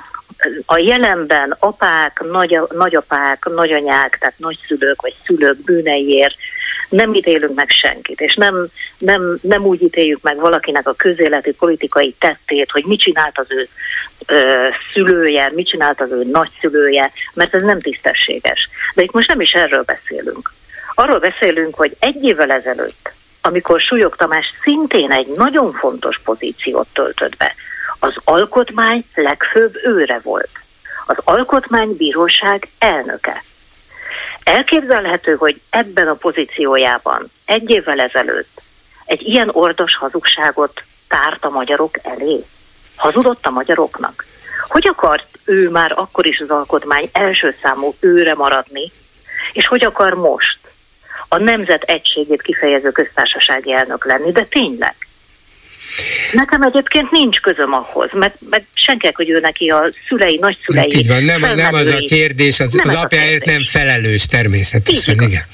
a jelenben apák, nagy, nagyapák, nagyanyák, tehát nagyszülők vagy szülők bűneiért nem ítélünk meg senkit, és nem, nem, nem úgy ítéljük meg valakinek a közéleti politikai tettét, hogy mit csinált az ő ö, szülője, mit csinált az ő nagyszülője, mert ez nem tisztességes. De itt most nem is erről beszélünk. Arról beszélünk, hogy egy évvel ezelőtt, amikor Súlyog Tamás szintén egy nagyon fontos pozíciót töltött be, az alkotmány legfőbb őre volt. Az alkotmánybíróság elnöke. Elképzelhető, hogy ebben a pozíciójában egy évvel ezelőtt egy ilyen ordos hazugságot tárt a magyarok elé? Hazudott a magyaroknak? Hogy akart ő már akkor is az alkotmány első számú őre maradni, és hogy akar most a nemzet egységét kifejező köztársasági elnök lenni, de tényleg? Nekem egyébként nincs közöm ahhoz, meg, meg senkinek, hogy ő neki a szülei, nagyszülei... Így van, nem, nem az a kérdés, az, az apjáért nem felelős természetesen, igen. igen.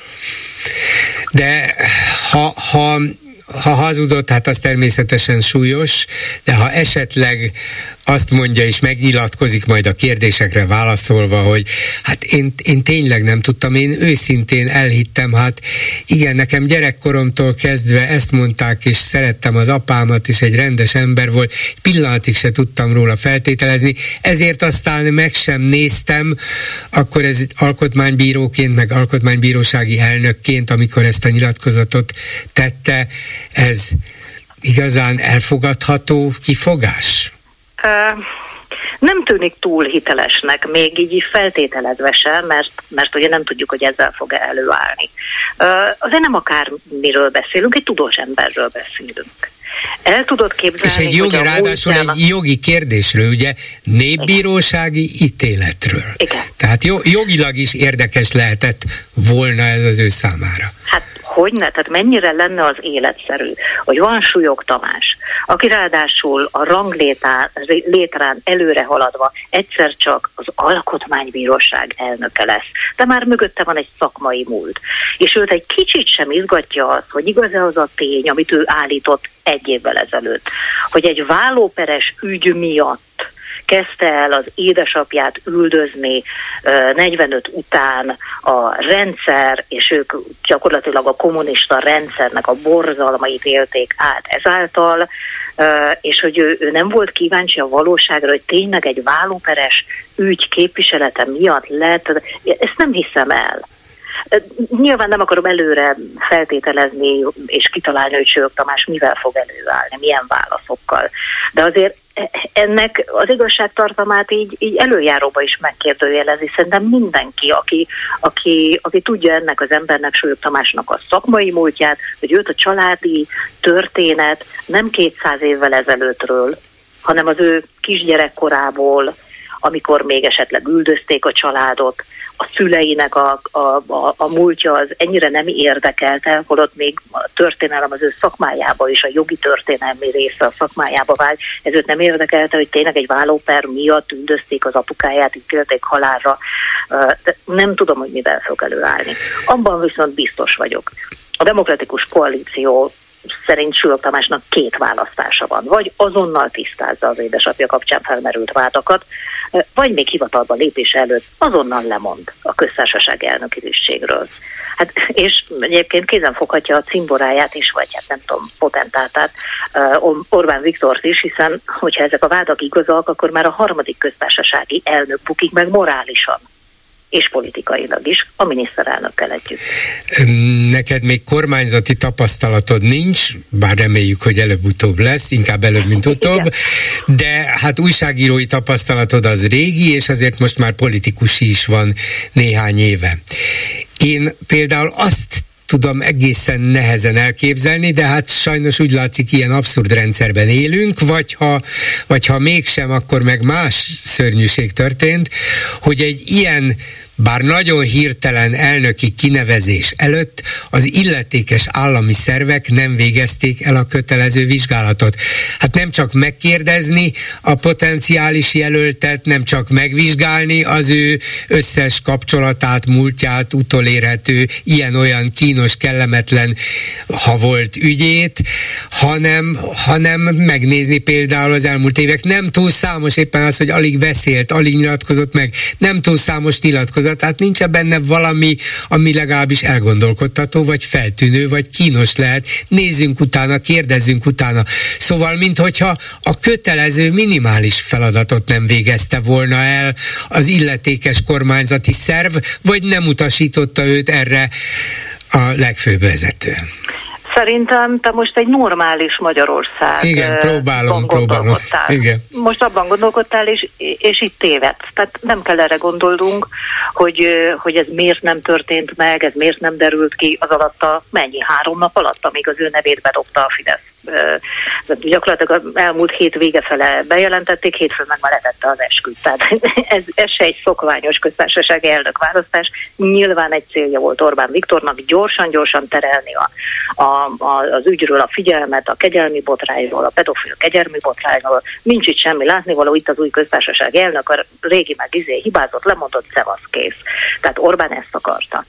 De ha, ha, ha hazudott, hát az természetesen súlyos, de ha esetleg azt mondja és megnyilatkozik majd a kérdésekre válaszolva, hogy hát én, én tényleg nem tudtam, én őszintén elhittem, hát igen, nekem gyerekkoromtól kezdve ezt mondták, és szerettem az apámat, és egy rendes ember volt, pillanatig se tudtam róla feltételezni, ezért aztán meg sem néztem, akkor ez alkotmánybíróként, meg alkotmánybírósági elnökként, amikor ezt a nyilatkozatot tette, ez igazán elfogadható kifogás? Uh, nem tűnik túl hitelesnek, még így feltételezve sem, mert, mert ugye nem tudjuk, hogy ezzel fog előállni. Uh, azért nem akármiről beszélünk, egy tudós emberről beszélünk. El tudod képzelni, és egy jogi, ráadásul múltján... egy jogi kérdésről, ugye népbírósági igen. ítéletről. Igen. Tehát jogilag is érdekes lehetett volna ez az ő számára. Hát hogyne, tehát mennyire lenne az életszerű, hogy van Súlyog Tamás, aki ráadásul a ranglétrán előre haladva egyszer csak az alkotmánybíróság elnöke lesz, de már mögötte van egy szakmai múlt. És őt egy kicsit sem izgatja az, hogy igaz-e az a tény, amit ő állított egy évvel ezelőtt, hogy egy vállóperes ügy miatt kezdte el az édesapját üldözni negyvenöt után a rendszer, és ők gyakorlatilag a kommunista rendszernek a borzalmait élték át ezáltal, és hogy ő, ő nem volt kíváncsi a valóságra, hogy tényleg egy vállóperes ügy képviselete miatt lett, ezt nem hiszem el. Nyilván nem akarom előre feltételezni és kitalálni, hogy Súlyog Tamás mivel fog előállni, milyen válaszokkal. De azért ennek az igazságtartalmát így, így előjáróba is megkérdőjelezi. Szerintem mindenki, aki, aki, aki tudja ennek az embernek, Súlyog Tamásnak a szakmai múltját, hogy őt a családi történet nem kétszáz évvel ezelőttről, hanem az ő kisgyerekkorából, amikor még esetleg üldözték a családot, a szüleinek a, a, a, a múltja az ennyire nem érdekelte, holott még a történelem az ő szakmájába is, a jogi történelmi része a szakmájába vált, ez őt nem érdekelte, hogy tényleg egy vállóper miatt üldözték az apukáját, ítélték halálra. De nem tudom, hogy mivel fog előállni. Abban viszont biztos vagyok. A Demokratikus Koalíció szerint Súlyog Tamásnak két választása van. Vagy azonnal tisztázza az édesapja kapcsán felmerült vádakat, vagy még hivatalba lépés előtt azonnal lemond a köztársaság elnöki tisztségről. Hát, és egyébként kézen foghatja a cimboráját is, vagy hát nem tudom, potentátát, Orbán Viktort is, hiszen hogyha ezek a vádak igazak, akkor már a harmadik köztársasági elnök bukik meg morálisan és politikailag is, a miniszterelnökkel együtt. Neked még kormányzati tapasztalatod nincs, bár reméljük, hogy előbb-utóbb lesz, inkább előbb, mint utóbb, de hát újságírói tapasztalatod az régi, és azért most már politikusi is van néhány éve. Én például azt tudom egészen nehezen elképzelni, de hát sajnos úgy látszik, ilyen abszurd rendszerben élünk, vagy ha, vagy ha mégsem, akkor meg más szörnyűség történt, hogy egy ilyen bár nagyon hirtelen elnöki kinevezés előtt az illetékes állami szervek nem végezték el a kötelező vizsgálatot. Hát nem csak megkérdezni a potenciális jelöltet, nem csak megvizsgálni az ő összes kapcsolatát, múltját, utolérhető, ilyen-olyan kínos, kellemetlen, ha volt ügyét, hanem, hanem megnézni például az elmúlt évek nem túl számos, éppen az, hogy alig beszélt, alig nyilatkozott meg, nem túl számos nyilatkozat, kormányzatát, nincs benne valami, ami legalábbis elgondolkodtató, vagy feltűnő, vagy kínos lehet. Nézzünk utána, kérdezzünk utána. Szóval, minthogyha a kötelező minimális feladatot nem végezte volna el az illetékes kormányzati szerv, vagy nem utasította őt erre a legfőbb vezető. Szerintem te most egy normális Magyarország. Igen, próbálom, próbálom. Igen. Most abban gondolkodtál, és, és itt tévedsz. Tehát nem kell erre gondolnunk, hogy, hogy ez miért nem történt meg, ez miért nem derült ki az alatt a mennyi, három nap alatt, amíg az ő nevét bedobta a Fidesz. Gyakorlatilag az elmúlt hét vége fele bejelentették, hétfőn meg már letette az esküt. Tehát ez, ez se egy szokványos köztársasági elnökválasztás. Nyilván egy célja volt Orbán Viktornak gyorsan-gyorsan terelni a, a, a, az ügyről a figyelmet, a kegyelmi botrányról, a pedofil kegyelmi botrányról. Nincs itt semmi látnivaló, itt az új köztársasági elnök, a régi meg izé hibázott, lemondott, szevasz, kész. Tehát Orbán ezt akarta.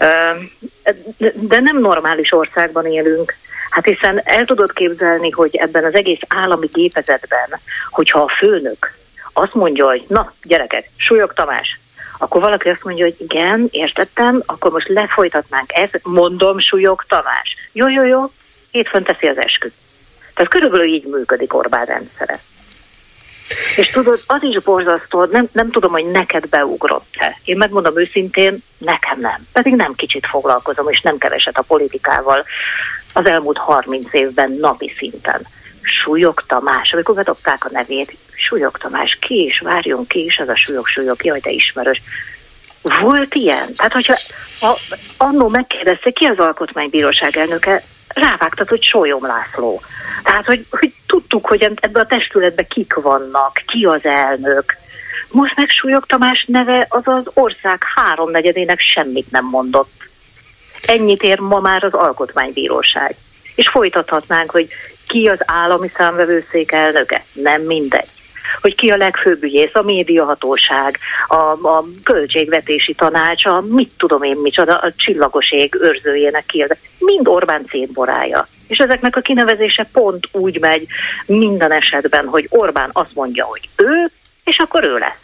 De nem normális országban élünk. Hát hiszen el tudod képzelni, hogy ebben az egész állami gépezetben, hogyha a főnök azt mondja, hogy na, gyerekek, Súlyog Tamás, akkor valaki azt mondja, hogy igen, értettem, akkor most lefolytatnánk ezt, mondom, Súlyog Tamás. Jó, jó, jó, hétfőn teszi az esküt. Tehát körülbelül így működik Orbán rendszere. És tudod, az is borzasztó, nem, nem tudom, hogy neked beugrott-e. Én megmondom őszintén, nekem nem. Pedig nem kicsit foglalkozom, és nem keveset a politikával az elmúlt harminc évben napi szinten. Súlyog Tamás, amikor bedobták a nevét, Súlyog Tamás, ki is, várjon, ki is, az a Súlyog, Súlyog, jaj, de ismerős. Volt ilyen? Tehát, hogyha ha annó megkérdezte, ki az Alkotmánybíróság elnöke, rávágtat, hogy Sólyom László. Tehát, hogy, hogy tudtuk, hogy ebben a testületben kik vannak, ki az elnök. Most meg Súlyog Tamás neve az az ország háromnegyedének semmit nem mondott. Ennyit ér ma már az Alkotmánybíróság. És folytathatnánk, hogy ki az állami számvevőszék elnöke, nem mindegy. Hogy ki a legfőbb ügyész, a médiahatóság, a, a költségvetési tanács, a mit tudom én micsoda, a csillagos ég őrzőjének ki az. Mind Orbán cétborája. És ezeknek a kinevezése pont úgy megy minden esetben, hogy Orbán azt mondja, hogy ő, és akkor ő lesz.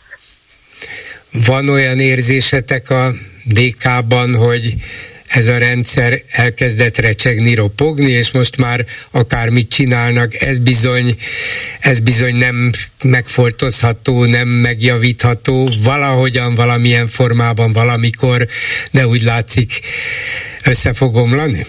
Van olyan érzésetek a dé ká-ban, hogy ez a rendszer elkezdett recsegni, ropogni, és most már akármit csinálnak, ez bizony, ez bizony nem megfoltozható, nem megjavítható, valahogyan, valamilyen formában, valamikor, de úgy látszik, össze fog omlani?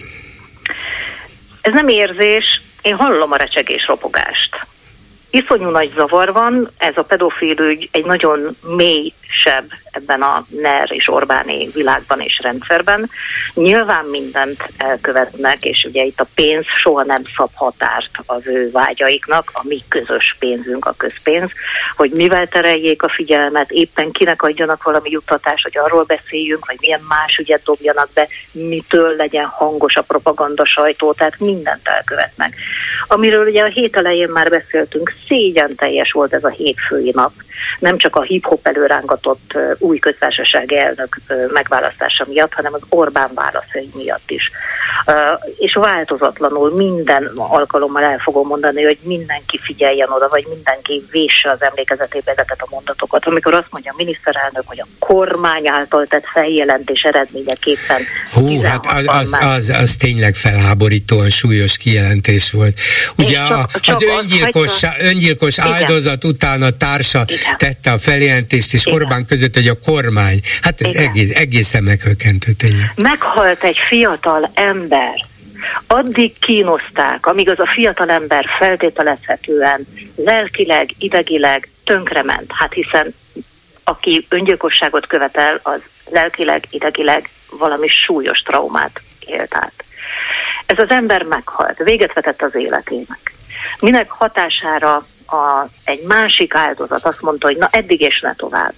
Ez nem érzés, én hallom a recsegés ropogást. Iszonyú nagy zavar van, ez a pedofil ügy egy nagyon mélysebb ebben a NER és Orbáni világban és rendszerben. Nyilván mindent elkövetnek, és ugye itt a pénz soha nem szab határt az ő vágyaiknak, a mi közös pénzünk, a közpénz, hogy mivel tereljék a figyelmet, éppen kinek adjanak valami juttatást, hogy arról beszéljünk, vagy milyen más ügyet dobjanak be, mitől legyen hangos a propaganda sajtó, tehát mindent elkövetnek. Amiről ugye a hét elején már beszéltünk, szégyen teljes volt ez a hétfői nap. Nem csak a hip-hop előrángatott uh, új köztársasági elnök uh, megválasztása miatt, hanem az Orbán válaszai miatt is. Uh, és változatlanul minden alkalommal el fogom mondani, hogy mindenki figyeljen oda, vagy mindenki vésse az emlékezetébe ezeket a mondatokat. Amikor azt mondja a miniszterelnök, hogy a kormány által tett feljelentés eredményeképpen... Hú, hát az, az, az, az tényleg felháborítóan súlyos kijelentés volt. Ugye csak, a, csak az öngyilkos, az, öngyilkos áldozat után a társa igen. tette a feljelentést, és igen. Orbán között, hogy a kormány. Hát ez egész, egészen meghökkentő tényleg. Meghalt egy fiatal ember. Addig kínozták, amíg az a fiatal ember feltételezhetően lelkileg, idegileg tönkrement. Hát hiszen aki öngyilkosságot követel, az lelkileg, idegileg valami súlyos traumát élt át. Ez az ember meghalt, véget vetett az életének. Minek hatására a, egy másik áldozat azt mondta, hogy na eddig és ne tovább.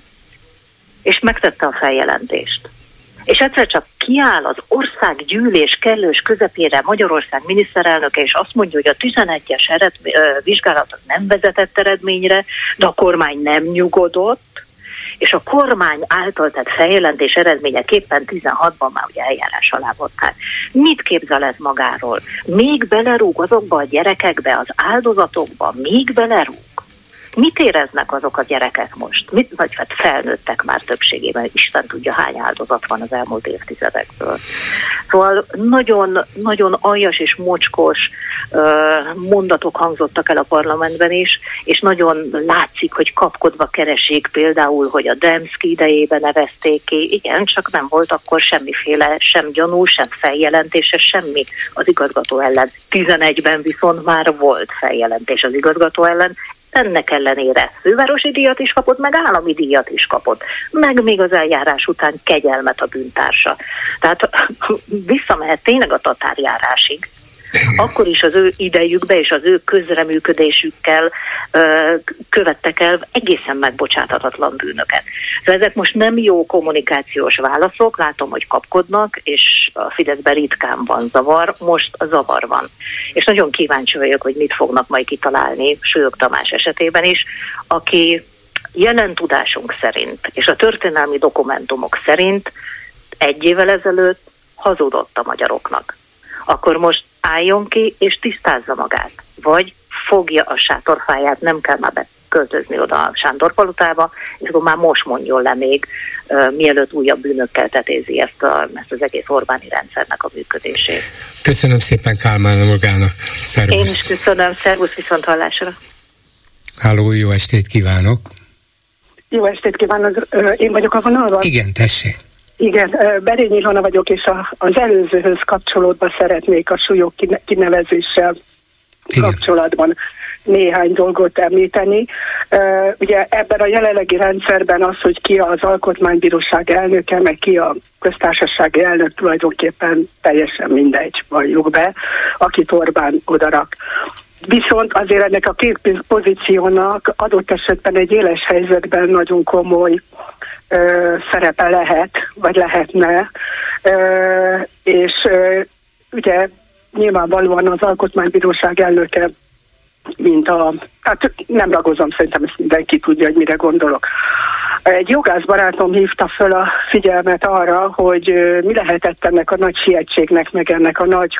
És megtette a feljelentést. És egyszer csak kiáll az országgyűlés kellős közepére Magyarország miniszterelnöke, és azt mondja, hogy a tizenegyes eredmény, vizsgálat nem vezetett eredményre, de a kormány nem nyugodott, és a kormány által tett feljelentés eredményeképpen tizenhatban már ugye eljárás alá vonták. Mit képzel ez magáról? Még belerúg azokba a gyerekekbe, az áldozatokba, még belerúg? Mit éreznek azok a gyerekek most? Mit, vagy hát felnőttek már többségében, Isten tudja hány áldozat van az elmúlt évtizedekből. Szóval nagyon, nagyon aljas és mocskos uh, mondatok hangzottak el a parlamentben is, és nagyon látszik, hogy kapkodva keresik például, hogy a Demszky idejében nevezték ki. Igen, csak nem volt akkor semmiféle, sem gyanú, sem feljelentése, semmi az igazgató ellen. tizenegyben viszont már volt feljelentés az igazgató ellen, ennek ellenére fővárosi díjat is kapott, meg állami díjat is kapott, meg még az eljárás után kegyelmet a bűntársa. Tehát visszamehet tényleg a tatárjárásig. Akkor is az ő idejükbe és az ő közreműködésükkel ö, követtek el egészen megbocsáthatatlan bűnöket. Szóval ezek most nem jó kommunikációs válaszok, látom, hogy kapkodnak, és a Fideszben ritkán van zavar, most a zavar van. És nagyon kíváncsi vagyok, hogy mit fognak majd kitalálni Súlyog Tamás esetében is, aki jelen tudásunk szerint, és a történelmi dokumentumok szerint egy évvel ezelőtt hazudott a magyaroknak. Akkor most álljon ki és tisztázza magát, vagy fogja a sátorfáját, nem kell már beköltözni oda a Sándorpalotába, és akkor már most mondjon le még, uh, mielőtt újabb bűnökkel tetézi ezt, a, ezt az egész Orbáni rendszernek a működését. Köszönöm szépen Kálmán Olgának. Szervusz. Én is köszönöm, szervusz, viszont hallásra. Háló, jó estét kívánok. Jó estét kívánok, én vagyok a vonalban? Igen, tessék. Igen, Berényi Ilona vagyok, és a, az előzőhöz kapcsolódva szeretnék a súlyok kinevezéssel Igen. kapcsolatban néhány dolgot említeni. Uh, ugye ebben a jelenlegi rendszerben az, hogy ki az alkotmánybíróság elnöke, meg ki a köztársasági elnök, tulajdonképpen teljesen mindegy, valljuk be, akit Orbán odarak. Viszont azért ennek a két pozíciónak adott esetben egy éles helyzetben nagyon komoly ö, szerepe lehet, vagy lehetne, ö, és ö, ugye nyilvánvalóan az Alkotmánybíróság elnöke, mint a, hát nem ragozom, szerintem ezt mindenki tudja, hogy mire gondolok. Egy jogász barátom hívta föl a figyelmet arra, hogy ö, mi lehetett ennek a nagy sietségnek, meg ennek a nagy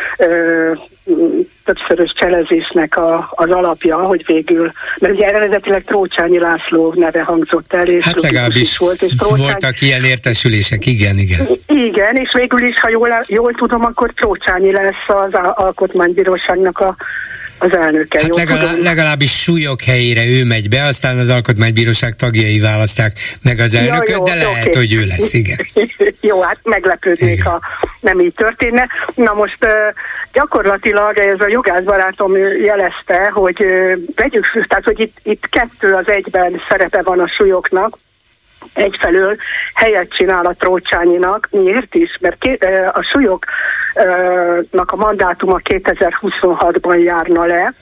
ö, többszörös cselezésnek a, az alapja, hogy végül, mert ugye eredetileg Trócsányi László neve hangzott el, és hát legalábbis volt, és Trócsány... voltak ilyen értesülések, igen, igen. Igen, és végül is, ha jól, jól tudom, akkor Trócsányi lesz az Alkotmánybíróságnak a az elnöke. Hát legalább, legalábbis Súlyog helyére ő megy be, aztán az Alkotmánybíróság tagjai választák meg az elnököt, ja, jó, de lehet, okay. hogy ő lesz, igen. Jó, hát meglepődnék, igen. ha nem így történne. Na most gyakorlatilag ez a jogászbarátom jelezte, hogy vegyük, tehát hogy itt, itt kettő az egyben szerepe van a Súlyognak. Egyfelől helyet csinál a Trócsányinak. Miért is? Mert a Súlyognak a mandátuma kétezer-huszonhatban járna le.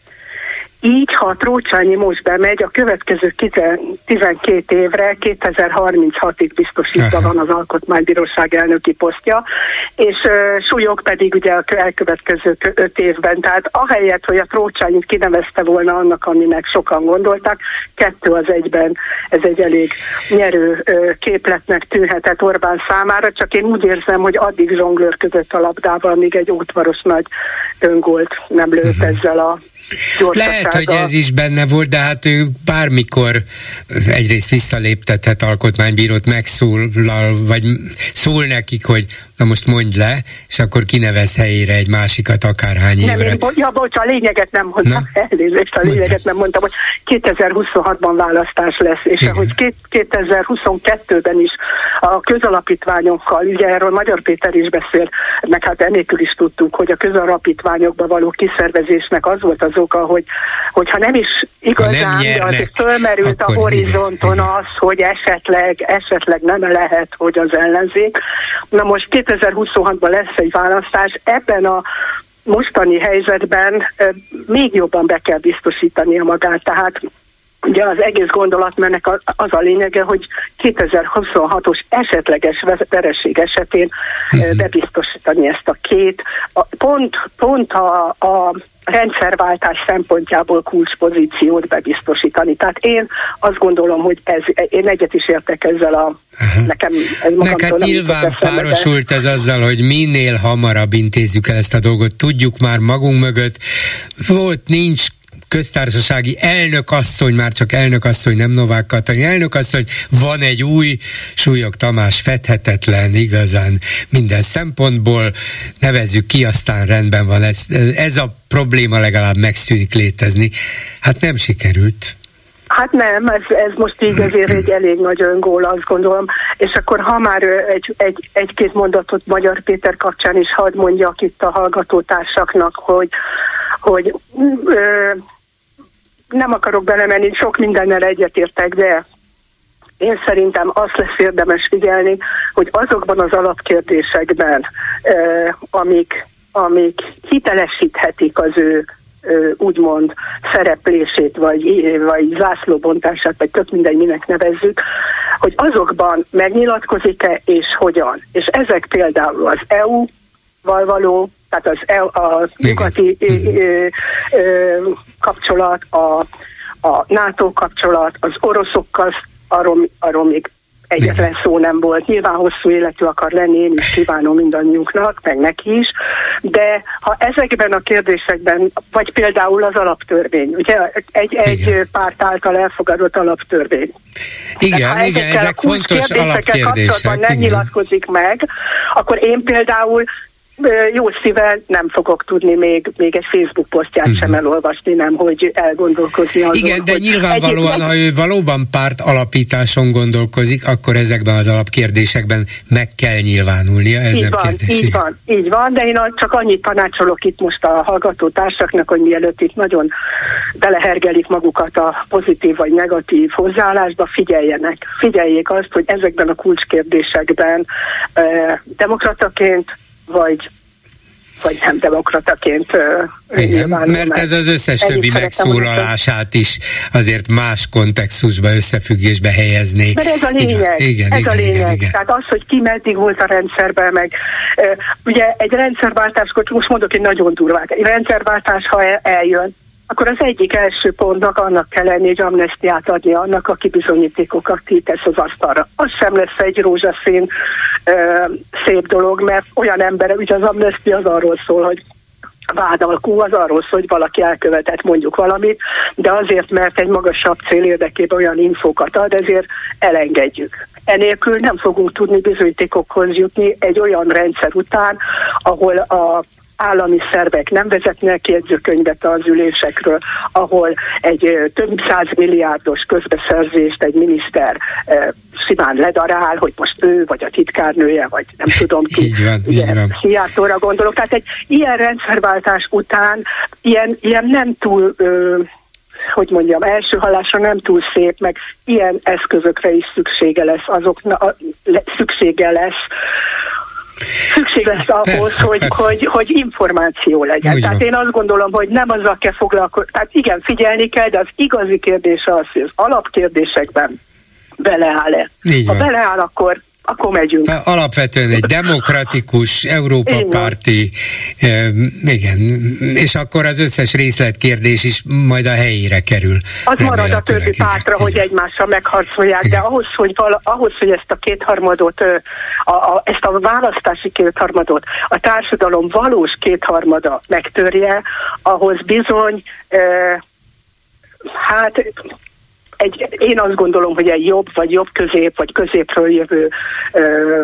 Így, ha a Trócsányi most bemegy, a következő tizenkét évre, kétezer-harminchatig biztosítva van az Alkotmánybíróság elnöki posztja, és uh, Súlyog pedig ugye a elkövetkező öt évben, tehát ahelyett, hogy a Trócsányit kinevezte volna annak, aminek sokan gondoltak, kettő az egyben, ez egy elég nyerő uh, képletnek tűnhetett Orbán számára, csak én úgy érzem, hogy addig zsonglőrködött a labdával, míg egy ótvaros nagy öngolt nem lőtt uh-huh. ezzel a Lehet, hogy ez is benne volt, de hát ő bármikor egyrészt visszaléptethet alkotmánybírót, megszólal, vagy szól nekik, hogy na most mondj le, és akkor kinevez helyére egy másikat akárhány évre. Nem, én, ja, bocs, a lényeget nem mondtam, elnézést, a lényeget Mondja. nem mondtam, hogy kétezer-huszonhatban választás lesz, és Igen. ahogy kétezer-huszonkettőben is a közalapítványokkal, ugye erről Magyar Péter is beszél, meg hát ennélkül is tudtuk, hogy a közalapítványokba való kiszervezésnek az volt az oka, hogy, hogyha nem is igazán, de azért fölmerült a horizonton igen, az, hogy esetleg, esetleg nem lehet, hogy az ellenzék. Na most kétezer-huszonhatban lesz egy választás, ebben a mostani helyzetben e, még jobban be kell biztosítania magát, tehát ugye az egész gondolatmennek az, az a lényege, hogy kétezer-huszonhatos esetleges vereség esetén uh-huh. bebiztosítani ezt a két, a, pont, pont a, a rendszerváltás szempontjából kulcspozíciót bebiztosítani. Tehát én azt gondolom, hogy ez, én egyet is értek ezzel a uh-huh. nekem ez magamtól hát nyilván párosult ez azzal, hogy minél hamarabb intézzük el ezt a dolgot, tudjuk már magunk mögött, volt, nincs köztársasági elnökasszony, már csak elnökasszony, nem Novák Katalin, elnökasszony, van egy új, Súlyog Tamás fedhetetlen, igazán minden szempontból, nevezzük ki, aztán rendben van. Ez, ez a probléma legalább megszűnik létezni. Hát nem sikerült. Hát nem, ez, ez most így azért egy elég nagy öngól, azt gondolom. És akkor ha már egy, egy, egy-két mondatot Magyar Péter kapcsán is hadd mondjak itt a hallgatótársaknak, hogy, hogy ö, nem akarok belemenni, sok mindennel egyetértek, de én szerintem azt lesz érdemes figyelni, hogy azokban az alapkérdésekben, ö, amik, amik hitelesíthetik az ő úgymond szereplését, vagy, vagy zászlóbontását, vagy tök mindegy, minek nevezzük, hogy azokban megnyilatkozik-e, és hogyan. És ezek például az é u-val való, tehát az e u, a nyugati ö, ö, ö, kapcsolat, a, a NATO kapcsolat, az oroszokkal, arról, arról még egyetlen igen. szó nem volt. Nyilván hosszú életű akar lenni, én is kívánom mindannyiunknak, meg neki is, de ha ezekben a kérdésekben, vagy például az alaptörvény, ugye egy, egy párt által elfogadott alaptörvény. Igen, tehát, igen, ezek fontos alapkérdések. Nem nyilatkozik meg, akkor én például jó szívvel nem fogok tudni még, még egy Facebook posztját uh-huh. sem elolvasni, nem, hogy elgondolkozni azon. Igen, de nyilvánvalóan, egy... ha ő valóban párt alapításon gondolkozik, akkor ezekben az alapkérdésekben meg kell nyilvánulnia, ez így nem van, kérdés. Így van, így van, de én csak annyit tanácsolok itt most a hallgató társaknak, hogy mielőtt itt nagyon belehergelik magukat a pozitív vagy negatív hozzáállásba, figyeljenek. Figyeljék azt, hogy ezekben a kulcskérdésekben eh, demokrataként vagy, vagy nem demokrataként. Igen, mert ez az összes többi megszólalását is azért más kontextusba, összefüggésbe helyezné. Mert ez a lényeg. Igen, ez igen, a lényeg. Igen, igen. Tehát az, hogy ki meddig volt a rendszerben, meg ugye egy rendszerváltáskor, most mondok egy nagyon durvát, egy rendszerváltás, ha eljön, akkor az egyik első pontnak annak kell lenni, hogy amnesztiát adni annak, aki bizonyítékokat tesz az asztalra. Az sem lesz egy rózsaszín ö, szép dolog, mert olyan ember, ugye az amnestia az arról szól, hogy vádalkú, az arról szól, hogy valaki elkövetett mondjuk valamit, de azért, mert egy magasabb cél érdekében olyan infókat ad, ezért elengedjük. Enélkül nem fogunk tudni bizonyítékokhoz jutni egy olyan rendszer után, ahol a állami szervek nem vezetnek jegyzőkönyvet az ülésekről, ahol egy több száz milliárdos közbeszerzést egy miniszter eh, simán ledarál, hogy most ő, vagy a titkárnője, vagy nem tudom ki. Így van, így van. Szijjártóra gondolok. Tehát egy ilyen rendszerváltás után ilyen, ilyen nem túl... Ö, hogy mondjam, első hallásra nem túl szép, meg ilyen eszközökre is szüksége lesz, azokna, le, szüksége lesz, Szükség lesz ahhoz, persze, hogy, persze. Hogy, hogy információ legyen. Úgy Tehát van. Én azt gondolom, hogy nem azzal kell foglalkozni. Tehát igen, figyelni kell, de az igazi kérdés az, hogy az alapkérdésekben beleáll-e. Ha beleáll, akkor akkor megyünk. Alapvetően egy demokratikus, Európa-párti, e, igen, és akkor az összes részletkérdés is majd a helyére kerül. Az marad a többi pártra, igen, hogy igen. egymással megharcolják, igen. de ahhoz hogy, vala, ahhoz, hogy ezt a kétharmadot, a, a, ezt a választási kétharmadot, a társadalom valós kétharmada megtörje, ahhoz bizony, e, hát... Egy, én azt gondolom, hogy egy jobb, vagy jobb közép, vagy középről jövő ö,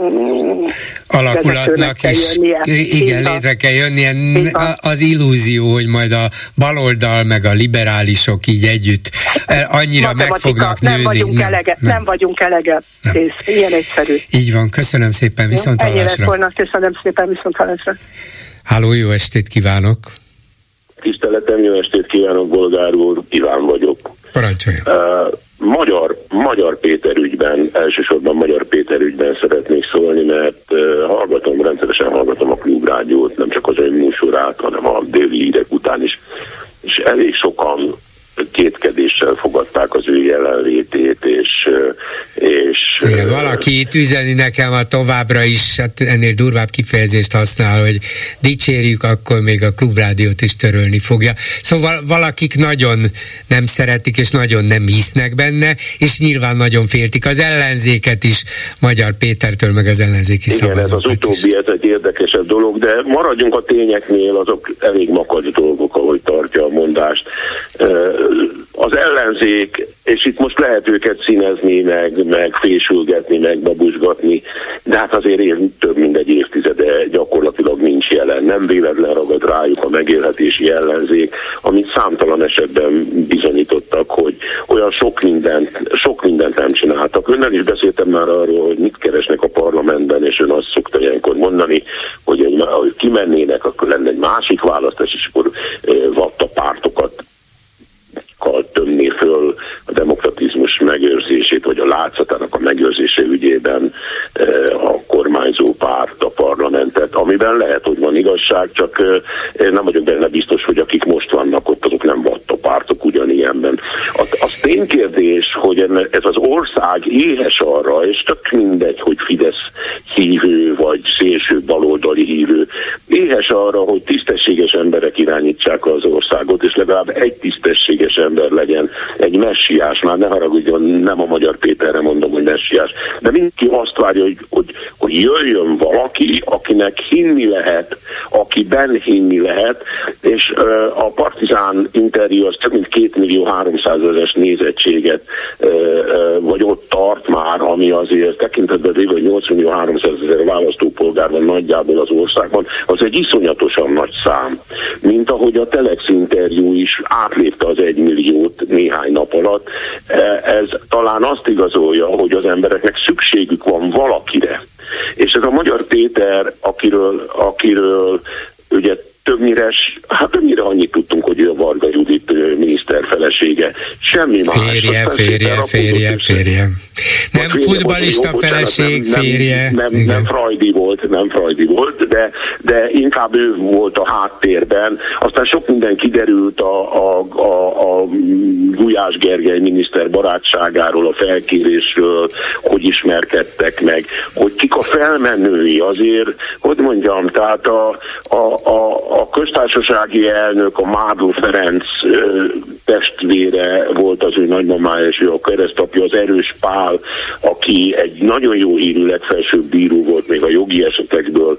alakulatnak is igen, létre kell jönnie. Az illúzió, hogy majd a baloldal meg a liberálisok így együtt annyira meg fognak nőni. Nem vagyunk nem, elege, nem. nem vagyunk elege. Nem. Ilyen egyszerű. Így van, köszönöm szépen, viszonthallásra. Volna, köszönöm szépen, viszonthallásra. Háló, jó estét kívánok! Tiszteletem, jó estét kívánok, Bolgár úr, Iván vagyok. Parancsoljon. Uh, Magyar, Magyar Péter ügyben, elsősorban Magyar Péter ügyben szeretnék szólni, mert uh, hallgatom, rendszeresen hallgatom a Klubrádiót, nem csak az ön műsorát, hanem a déli hírek után is, és elég sokan kétkedéssel fogadták az ő jelenlétét, és... és igen, valaki itt üzeni nekem a továbbra is, hát ennél durvább kifejezést használ, hogy dicsérjük, akkor még a Klubrádiót is törölni fogja. Szóval valakik nagyon nem szeretik, és nagyon nem hisznek benne, és nyilván nagyon féltik az ellenzéket is, Magyar Pétertől, meg az ellenzéki szavazókat. Igen, ez az utóbbi, ez egy érdekesebb dolog, de maradjunk a tényeknél, azok elég makacs dolgok, ahogy tartja a mondást. Az ellenzék, és itt most lehet őket színezni, meg, meg fésülgetni, meg babusgatni, de hát azért év, több mint egy évtizede gyakorlatilag nincs jelen. Nem véletlen ragad rájuk a megélhetési ellenzék, amit számtalan esetben bizonyítottak, hogy olyan sok mindent, sok mindent nem csináltak. Önnel is beszéltem már arról, hogy mit keresnek a parlamentben, és ön azt szokta ilyenkor mondani, hogy egy, ha kimennének, akkor lenne egy másik választás, és akkor vatta pártokat tömni föl a demokratizmus megőrzését, vagy a látszatának a megőrzése ügyében a kormányzó párt, a parlamentet, amiben lehet, hogy van igazság, csak nem vagyok benne biztos, hogy akik most vannak ott, azok nem vatta pártok ugyanilyenben. Az ténykérdés, hogy ez az ország éhes arra, és tök mindegy, hogy Fidesz hívő, vagy szélső baloldali hívő, éhes arra, hogy tisztességes emberek irányítsák az országot, és legalább egy tisztességes ember legyen, egy messiás, már ne haragudjon, nem a Magyar Péterre mondom, hogy messiás, de mindenki azt várja, hogy, hogy, hogy jöjjön valaki, akinek hinni lehet, akiben hinni lehet, és uh, a Partizán interjú az több mint két millió háromszázezeres nézettséget uh, uh, vagy ott tart már, ami azért tekintetben véve, hogy nyolc millió háromszázezer választópolgár van nagyjából az országban, az egy iszonyatosan nagy szám. Mint ahogy a Telex interjú is átlépte az egy milliót néhány nap alatt. Ez talán azt igazolja, hogy az embereknek szükségük van valakire. És ez a Magyar Péter, akiről, akiről ugye többnyire, hát többnyire annyit tudtunk, hogy ő a Varga Judit miniszter felesége. Semmi más. Férje, férje, férje, férje. Nem futballista feleség, férje. Nem, nem, nem Freudi volt, nem Freudi volt, de, de inkább ő volt a háttérben. Aztán sok minden kiderült a, a, a, a Gulyás Gergely miniszter barátságáról, a felkérésről, hogy ismerkedtek meg, hogy kik a felmenői azért, hogy mondjam, tehát a, a, a A köztársasági elnök, a Mádl Ferenc ö, testvére volt az ő nagymamája, és ő a keresztapja, az Erős Pál, aki egy nagyon jó hírű legfelsőbb bíró volt még a jogi esetekből.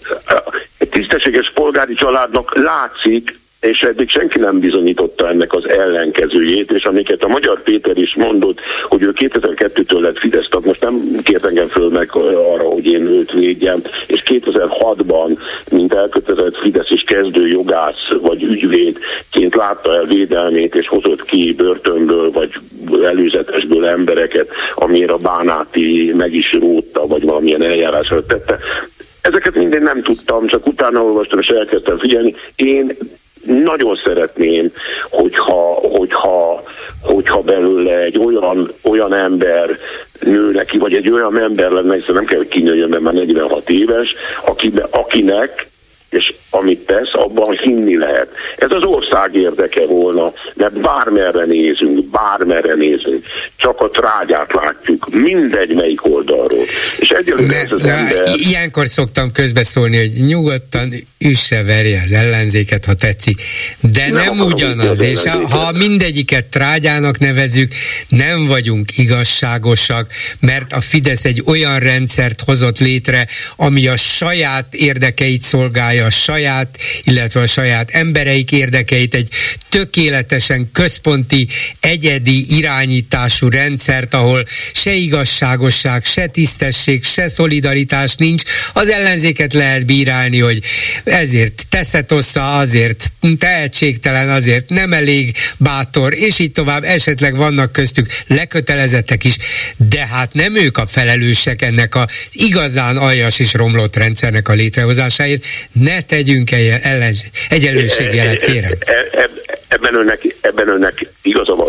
Egy tisztességes polgári családnak látszik, és eddig senki nem bizonyította ennek az ellenkezőjét, és amiket a Magyar Péter is mondott, hogy ő kétezer-kettőtől lett Fidesz tag, most nem kért engem föl meg arra, hogy én őt védjem, és kétezer-hatban, mint elkötelezett Fidesz és kezdő jogász vagy ügyvédként látta el védelmét, és hozott ki börtönből vagy előzetesből embereket, amiért a Bánáti meg is rótta, vagy valamilyen eljárásra tette. Ezeket mindén nem tudtam, csak utána olvastam, és elkezdtem figyelni. Én nagyon szeretném, hogyha, hogyha, hogyha belőle egy olyan, olyan ember nő neki, vagy egy olyan ember lenne, hiszen nem kell, hogy kinőjön, mert már negyvenhat éves, akibe, akinek, és amit tesz, abban hinni lehet. Ez az ország érdeke volna, mert bármerre nézünk, bármerre nézünk, csak a trágyát látjuk, mindegy melyik oldalról. És egyelőre ez az de ember... Ilyenkor szoktam közbeszólni, hogy nyugodtan üsse, verje az ellenzéket, ha tetszik, de nem, nem ugyanaz, és ha mindegyiket trágyának nevezzük, nem vagyunk igazságosak, mert a Fidesz egy olyan rendszert hozott létre, ami a saját érdekeit szolgálja, a saját, illetve a saját embereik érdekeit, egy tökéletesen központi, egyedi irányítású rendszert, ahol se igazságosság, se tisztesség, se szolidaritás nincs. Az ellenzéket lehet bírálni, hogy ezért teszetossza, azért tehetségtelen, azért nem elég bátor, és így tovább, esetleg vannak köztük lekötelezettek is, de hát nem ők a felelősek ennek az igazán aljas és romlott rendszernek a létrehozásáért. Ne tegyünk ellen, egyenlőségjelet, kérem. Ebben önnek, ebben önnek igaza van, sok minden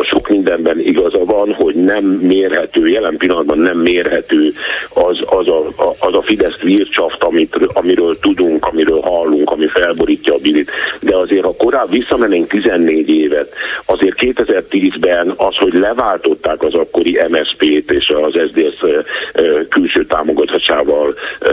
mindenben igaza van, hogy nem mérhető, jelen pillanatban nem mérhető az, az a, az a Fidesz Wirtschaft, amit, amiről tudunk, amiről hallunk, ami felborítja a bilit. De azért, ha korábban visszamennénk tizennégy évet, azért kétezer-tízben az, hogy leváltották az akkori em es zé pét és az es zé dé es külső támogatásával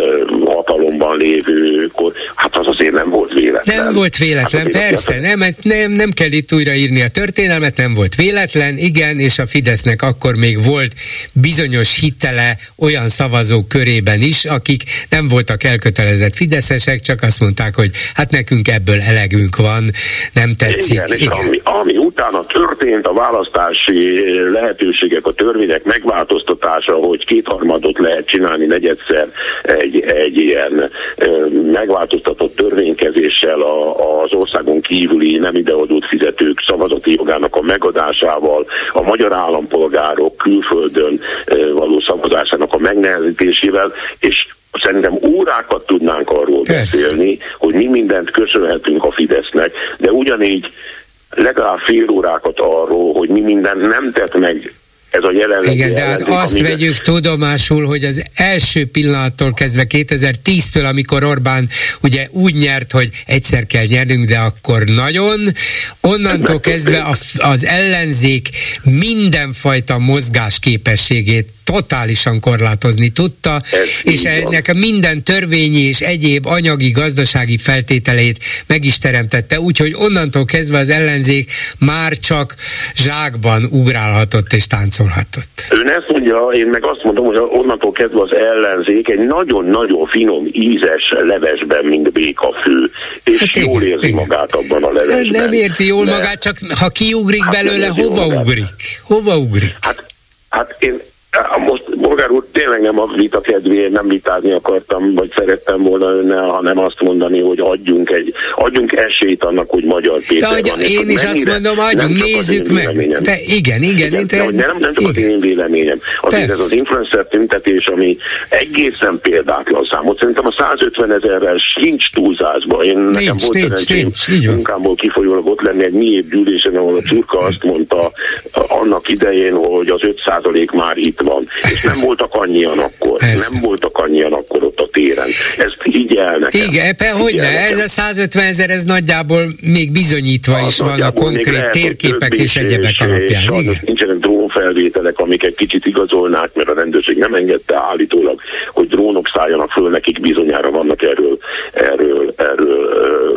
hatalomban lévőkor, hát az azért nem volt véletlen. Nem volt véletlen, hát persze, nem, nem, nem kell itt újraírni a történelmet, nem volt véletlen, igen, és a Fidesznek akkor még volt bizonyos hitele olyan szavazók körében is, akik nem voltak elkötelezett fideszesek, csak azt mondták, hogy hát nekünk ebből elegünk van, nem tetszik. Igen, és igen. Ami, ami utána történt, a választási lehetőségek, a törvények megváltoztatása, hogy kétharmadot lehet csinálni negyedszer egy, egy ilyen megváltoztatott törvénykezéssel a, az országon kívüli nem ideadót fizetők szavazati jogának a megadásával, a magyar állampolgárok külföldön való szavazásának a megnehezítésével, és szerintem órákat tudnánk arról Persze. beszélni, hogy mi mindent köszönhetünk a Fidesznek, de ugyanígy legalább fél órákat arról, hogy mi mindent nem tett meg ez a jelenlegi. Igen, de hát azt amiben... vegyük tudomásul, hogy az első pillanattól kezdve kétezer-tíztől, amikor Orbán ugye úgy nyert, hogy egyszer kell nyernünk, de akkor nagyon, onnantól kezdve a, az ellenzék mindenfajta mozgásképességét totálisan korlátozni tudta, ez és ennek a minden törvényi és egyéb anyagi, gazdasági feltételeit meg is teremtette, úgyhogy onnantól kezdve az ellenzék már csak zsákban ugrálhatott és táncolhatott. Ön ezt mondja, én meg azt mondom, hogy onnantól kezdve az ellenzék egy nagyon-nagyon finom, ízes levesben, mint békafő, és hát jól igen, érzi igen. magát abban a levesben. Nem érzi jól de... magát, csak ha kiugrik hát belőle, hova ugrik? Hova ugrik? Hát, hát én most, bolgár úr, tényleg nem a vita kedvéért nem vitázni akartam, vagy szerettem volna önnel, hanem azt mondani, hogy adjunk egy, adjunk esélyt annak, hogy Magyar Péter de, van. Én is azt mondom, adjunk, nézzük meg. De igen, igen. igen te, de nem, nem csak igen. az én véleményem. Azért ez az influencer tüntetés, ami egészen példátlan számot. Szerintem a százötvenezerrel sincs túlzásba. Én nincs, nekem volt szerencsém munkámból kifolyólag ott lenni egy miébb gyűlésen, ahol a Csurka azt mondta annak idején, hogy az öt százalék már itt van. És nem voltak annyian akkor. Persze. Nem voltak annyian akkor ott a téren. Ezt így el nekem. Igen, pe, hogy ne, ez a százötven ezer, ez nagyjából még bizonyítva az is van a konkrét térképek és egyebek alapján. És nincsenek drónfelvételek, amik egy kicsit igazolnák, mert a rendőrség nem engedte állítólag, hogy drónok szálljanak föl, nekik bizonyára vannak erről, erről, erről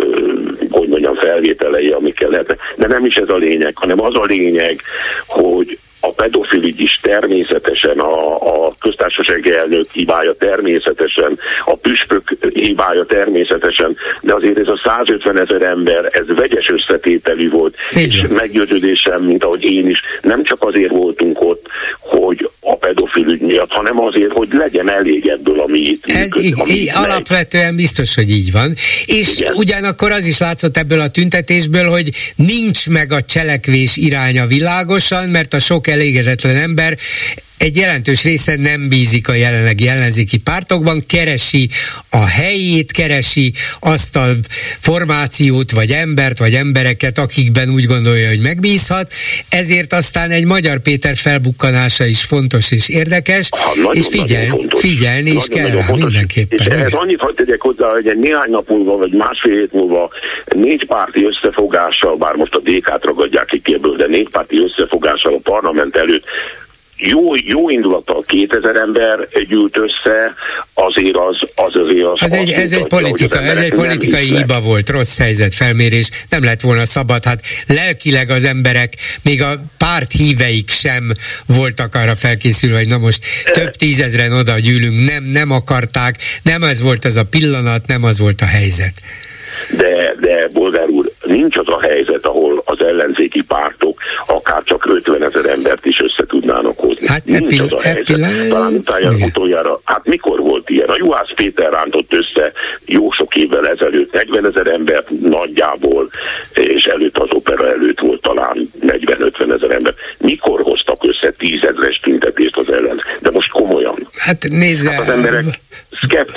hogy mondjam, felvételei, amikkel lehetne. De nem is ez a lényeg, hanem az a lényeg, hogy a pedofil ügy is természetesen, a, a köztársasági elnök hibája természetesen, a püspök hibája természetesen, de azért ez a százötvenezer ember, ez vegyes összetételű volt, igen. és meggyőződésem, mint ahogy én is, nem csak azért voltunk ott, hogy a pedofil ügy miatt, hanem azért, hogy legyen elég ebből, ami itt Ez működ, így, ami így alapvetően biztos, hogy így van. És igen. ugyanakkor az is látszott ebből a tüntetésből, hogy nincs meg a cselekvés iránya világosan, mert a sok elégedetlen ember egy jelentős része nem bízik a jelenlegi ellenzéki pártokban, keresi a helyét, keresi azt a formációt, vagy embert, vagy embereket, akikben úgy gondolja, hogy megbízhat, ezért aztán egy Magyar Péter felbukkanása is fontos és érdekes, ha, és figyel, figyelni is nagyon, kell rá mindenképpen. És ehhez annyit hadd tegyek hozzá, hogy egy néhány nap múlva, vagy másfél hét múlva négy párti összefogással, bár most a dé ká-t ragadják ki ebből, de négy párti összefogással a parlament előtt Jó, jó indulattal kétezer ember gyűlt össze, azért az, az azért az... Ez egy, ez egy, politika, ez egy politikai hiba volt, rossz helyzetfelmérés, nem lett volna szabad, hát lelkileg az emberek, még a párt híveik sem voltak arra felkészülve, hogy na most több tízezren oda gyűlünk, nem, nem akarták, nem ez volt az a pillanat, nem az volt a helyzet. De, de bolgár úr, nincs az a helyzet, ahol az ellenzéki pártok akár csak ötvenezer embert is össze tudnának hozni. Hát nincs epil, az a helyzet. Epil, Talán utána utoljára, hát mikor volt ilyen? A Juhász Péter rántott össze jó sok évvel ezelőtt negyvenezer embert nagyjából, és előtt az opera előtt volt talán negyven-ötven ezer ember. Mikor hoztak össze tízezres tüntetést az ellen? De most komolyan. Hát nézze... Hát az emberek szkeptikusak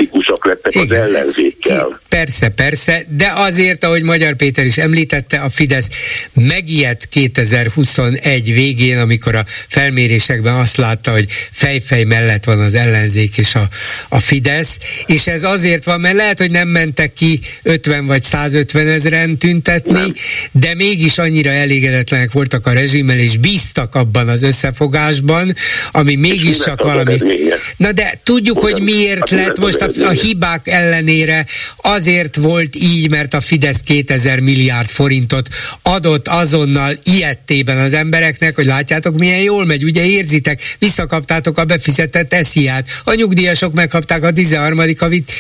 lettek igen, az ellenzékkel. Persze, persze, de azért, ahogy Magyar Péter is említette, a Fidesz megijedt kétezer-huszonegy végén, amikor a felmérésekben azt látta, hogy fejfej mellett van az ellenzék és a, a Fidesz, és ez azért van, mert lehet, hogy nem mentek ki ötven vagy százötven ezeren tüntetni, nem. De mégis annyira elégedetlenek voltak a rezsimmel, és bíztak abban az összefogásban, ami mégiscsak valami... Na de tudjuk, Ugyan, hogy miért lett most a, a hibák ellenére. Azért volt így, mert a Fidesz kétezer milliárd forintot adott azonnal ilyettében az embereknek, hogy látjátok, milyen jól megy, ugye érzitek, visszakaptátok a befizetett esziát, a nyugdíjasok megkapták a tizenharmadik havit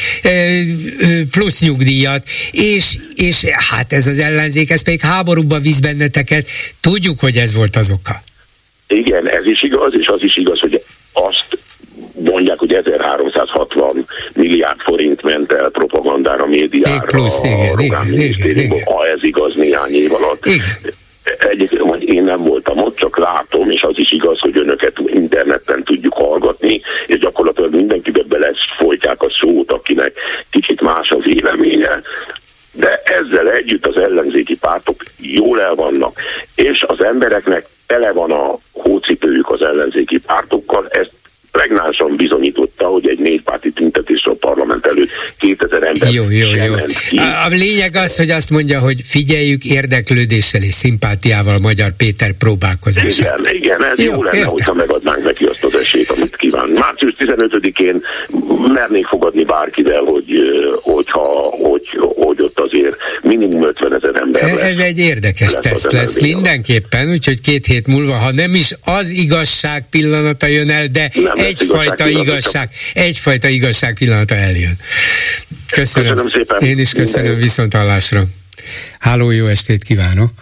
plusz nyugdíjat, és, és hát ez az ellenzék, ez pedig háborúba visz benneteket. Tudjuk, hogy ez volt az oka. Igen, ez is igaz, és az is igaz, hogy azt mondják, hogy ezerháromszázhatvan milliárd forint ment el propagandára, médiára, plusz, igen, a Rogán minisztériumban, ha ez igaz néhány év alatt. Egyébként én nem voltam ott, csak látom, és az is igaz, hogy önöket interneten tudjuk hallgatni, és gyakorlatilag mindenkibe bele folytják a szót, akinek kicsit más a véleménye. De ezzel együtt az ellenzéki pártok jól el vannak, és az embereknek tele van a hócipőjük az ellenzéki pártokkal, ezt pregnánsan bizonyította, hogy egy négypárti tüntetésre a parlament előtt kétezer ember jó, jó, jó. A, a lényeg az, hogy azt mondja, hogy figyeljük érdeklődéssel és szimpátiával Magyar Péter próbálkozását. Igen, igen, ez jó, jó lenne, értem. Hogyha megadnánk neki azt az esélyt, amit kíván. március tizenötödikén mernék fogadni bárkivel, hogy, hogyha, hogy, hogy ott azért minimum ötvenezer ember lesz. Ez egy érdekes lesz teszt lesz mindenképpen, úgyhogy két hét múlva, ha nem is az igazság pillanata jön el, de nem egyfajta igazság, igazság egyfajta igazság pillanata eljön. Köszönöm. Köszönöm szépen. Én is köszönöm, viszonthallásra. Háló, jó estét kívánok.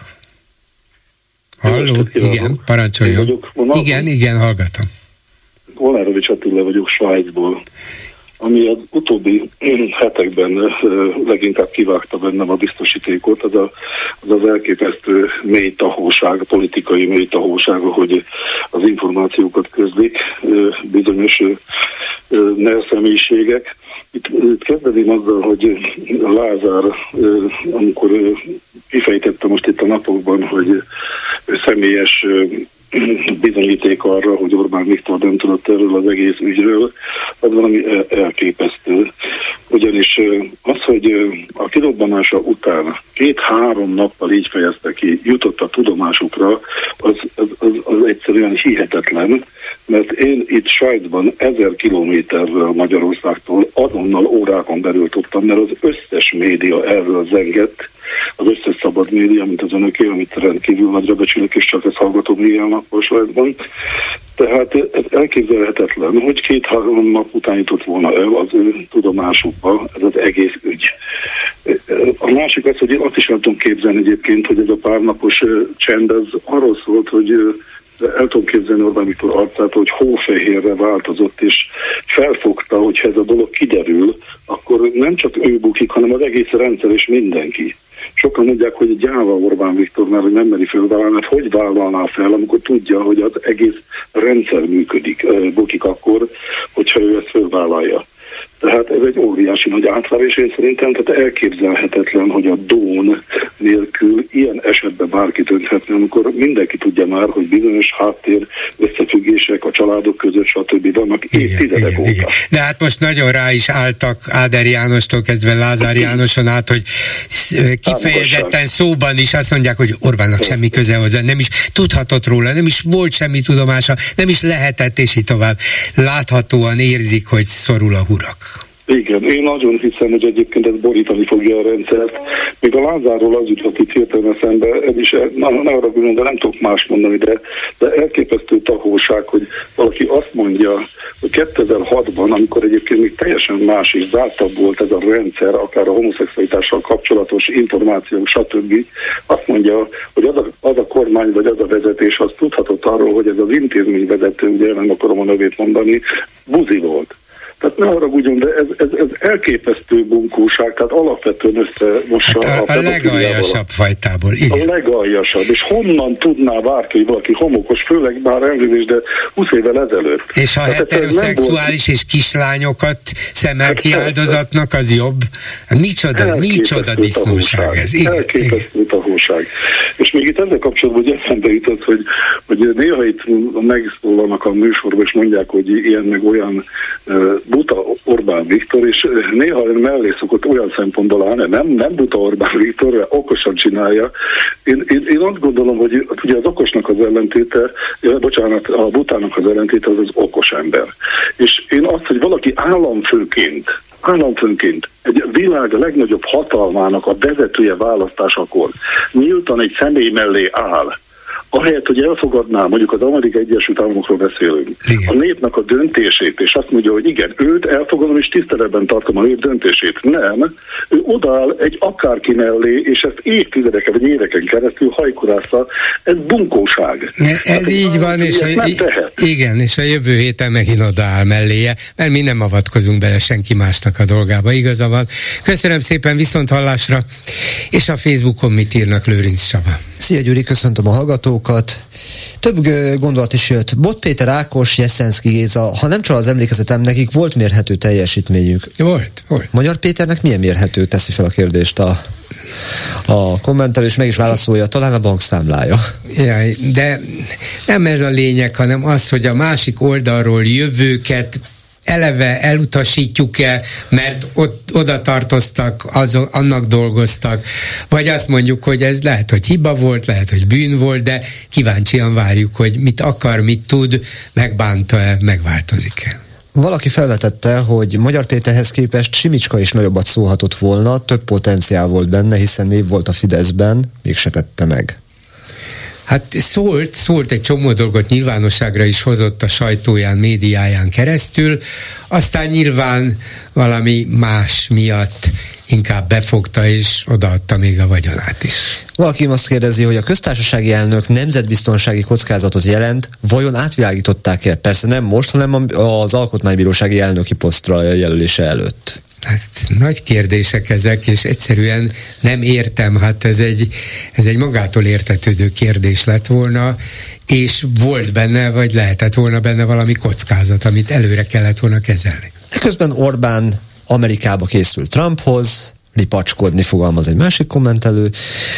Halló, igen, parancsoljon. Igen, igen, hallgatom. Kolárovics Attila vagyok Svájcból. Ami az utóbbi hetekben leginkább kivágta bennem a biztosítékot, az a, az, az elképesztő mély tahóság, politikai mély tahóság, hogy az információkat közlik bizonyos nevszemélységek. Itt, itt kezdeném azzal, hogy Lázár, amikor kifejtette most itt a napokban, hogy személyes bizonyíték arra, hogy Orbán Viktor nem tudott erről az egész ügyről, az valami elképesztő. Ugyanis az, hogy a kirobbanása után két-három nappal így fejezte ki, jutott a tudomásukra, az, az, az, az egyszerűen hihetetlen, mert én itt Svájcban ezer kilométerről Magyarországtól azonnal órákon belül tudtam, mert az összes média erről zengett, az összes szabad média, mint az önöké, amit rendkívül nagyra becsülök, és csak ezt hallgatom ilyen nappal Svájcban. Tehát ez elképzelhetetlen, hogy két-három nap után jutott volna el az ő tudomásukba ez az egész ügy. A másik az, hogy én azt is nem tudom képzelni egyébként, hogy ez a párnapos csend az arról szólt, hogy el tudom képzelni Orbán Viktor arcát, hogy hófehérre változott, és felfogta, hogy ha ez a dolog kiderül, akkor nem csak ő bukik, hanem az egész rendszer és mindenki. Sokan mondják, hogy gyáva Orbán Viktor, mert hogy nem meri fölvállalni, mert hogy vállalná fel, amikor tudja, hogy az egész rendszer működik, bukik akkor, hogyha ő ezt fölvállalja. Tehát ez egy óriási nagy átverés, én szerintem, tehát elképzelhetetlen, hogy a dón nélkül ilyen esetben bárki dönthetne, amikor mindenki tudja már, hogy bizonyos háttér összefüggések a családok között, stb. Vannak évtizedek óta. Igen. De hát most nagyon rá is álltak Áder Jánostól kezdve Lázár Jánoson át, hogy kifejezetten szóban is azt mondják, hogy Orbánnak semmi köze hozzá, nem is tudhatott róla, nem is volt semmi tudomása, nem is lehetett, és így tovább. Láthatóan érzik, hogy szorul a hurak. Igen, én nagyon hiszem, hogy egyébként ez borítani fogja a rendszert. Még a Lázárról az jutott itt hirtelen eszembe, ez is, na, ne arra bűnöm, de nem tudok más mondani, de, de elképesztő tahóság, hogy valaki azt mondja, hogy kétezer-hatban, amikor egyébként még teljesen más és zártabb volt ez a rendszer, akár a homoszexualitással kapcsolatos információk, stb., azt mondja, hogy az a, az a kormány vagy az a vezetés, az tudhatott arról, hogy ez az intézményvezető, ugye nem akarom a nevét mondani, buzi volt. Tehát ne haragudjon, de ez, ez, ez elképesztő bunkóság, tehát alapvetően összemossa hát a, a, a legaljasabb fajtából, igen. A legaljasabb, és honnan tudná bárki, hogy valaki homokos, főleg már elnézést, de húsz évvel ezelőtt. És ha heteroszexuális és kislányokat szemmel hát, ki áldozatnak, az jobb. Micsoda, micsoda disznóság ez. Igen, elképesztő tahóság. És még itt ezzel kapcsolatban, hogy eszembe jutott, hogy, hogy néha itt megszólalnak a műsorban, és mondják, hogy ilyen meg olyan uh, buta Orbán Viktor, és néha mellé szokott olyan szempontból állni, nem, nem buta Orbán Viktor, mert okosan csinálja. Én, én, én azt gondolom, hogy ugye az okosnak az ellentéte, bocsánat, a butának az ellentéte az az okos ember. És én azt, hogy valaki államfőként, államfőnként egy világ legnagyobb hatalmának a vezetője választásakor nyíltan egy személy mellé áll, ahelyett, hogy elfogadná, mondjuk az Amerikai Egyesült Államokról beszélünk, igen, a népnek a döntését, és azt mondja, hogy igen, őt elfogadom, és tiszteletben tartom a nép döntését. Nem, ő odaáll egy akárki mellé, és ezt évtizedeken vagy éveken keresztül hajkurásza, ez bunkóság. Ez hát, így van, és a, igen, és a jövő héten megint odaáll melléje, mert mi nem avatkozunk bele senki másnak a dolgába, igaza van. Köszönöm szépen, viszont hallásra, és a Facebookon mit írnak, Lőrinc Csaba. Szia Gyuri, köszöntöm a hallgatókat. Több gondolat is jött. Bot Péter, Ákos, Jeszenszky Géza, ha nem csal az emlékezetem, nekik volt mérhető teljesítményük. Volt, volt. Magyar Péternek milyen mérhető, teszi fel a kérdést a, a kommentelő, és meg is válaszolja, talán a bankszámlája. Jaj, de nem ez a lényeg, hanem az, hogy a másik oldalról jövőket eleve elutasítjuk-e, mert ott oda tartoztak, az, annak dolgoztak, vagy azt mondjuk, hogy ez lehet, hogy hiba volt, lehet, hogy bűn volt, de kíváncsian várjuk, hogy mit akar, mit tud, megbánta-e, megváltozik-e. Valaki felvetette, hogy Magyar Péterhez képest Simicska is nagyobbat szólhatott volna, több potenciál volt benne, hiszen név volt a Fideszben, mégse tette meg. Hát szólt, szólt egy csomó dolgot, nyilvánosságra is hozott a sajtóján, médiáján keresztül, aztán nyilván valami más miatt inkább befogta és odaadta még a vagyonát is. Valaki azt kérdezi, hogy a köztársasági elnök nemzetbiztonsági kockázatot jelent, vajon átvilágították-e? Persze nem most, hanem az alkotmánybírósági elnöki posztra jelölése előtt. Hát nagy kérdések ezek, és egyszerűen nem értem, hát ez egy, ez egy magától értetődő kérdés lett volna, és volt benne, vagy lehetett volna benne valami kockázat, amit előre kellett volna kezelni. Közben Orbán Amerikába készül Trumphoz, ripacskodni, fogalmaz egy másik kommentelő.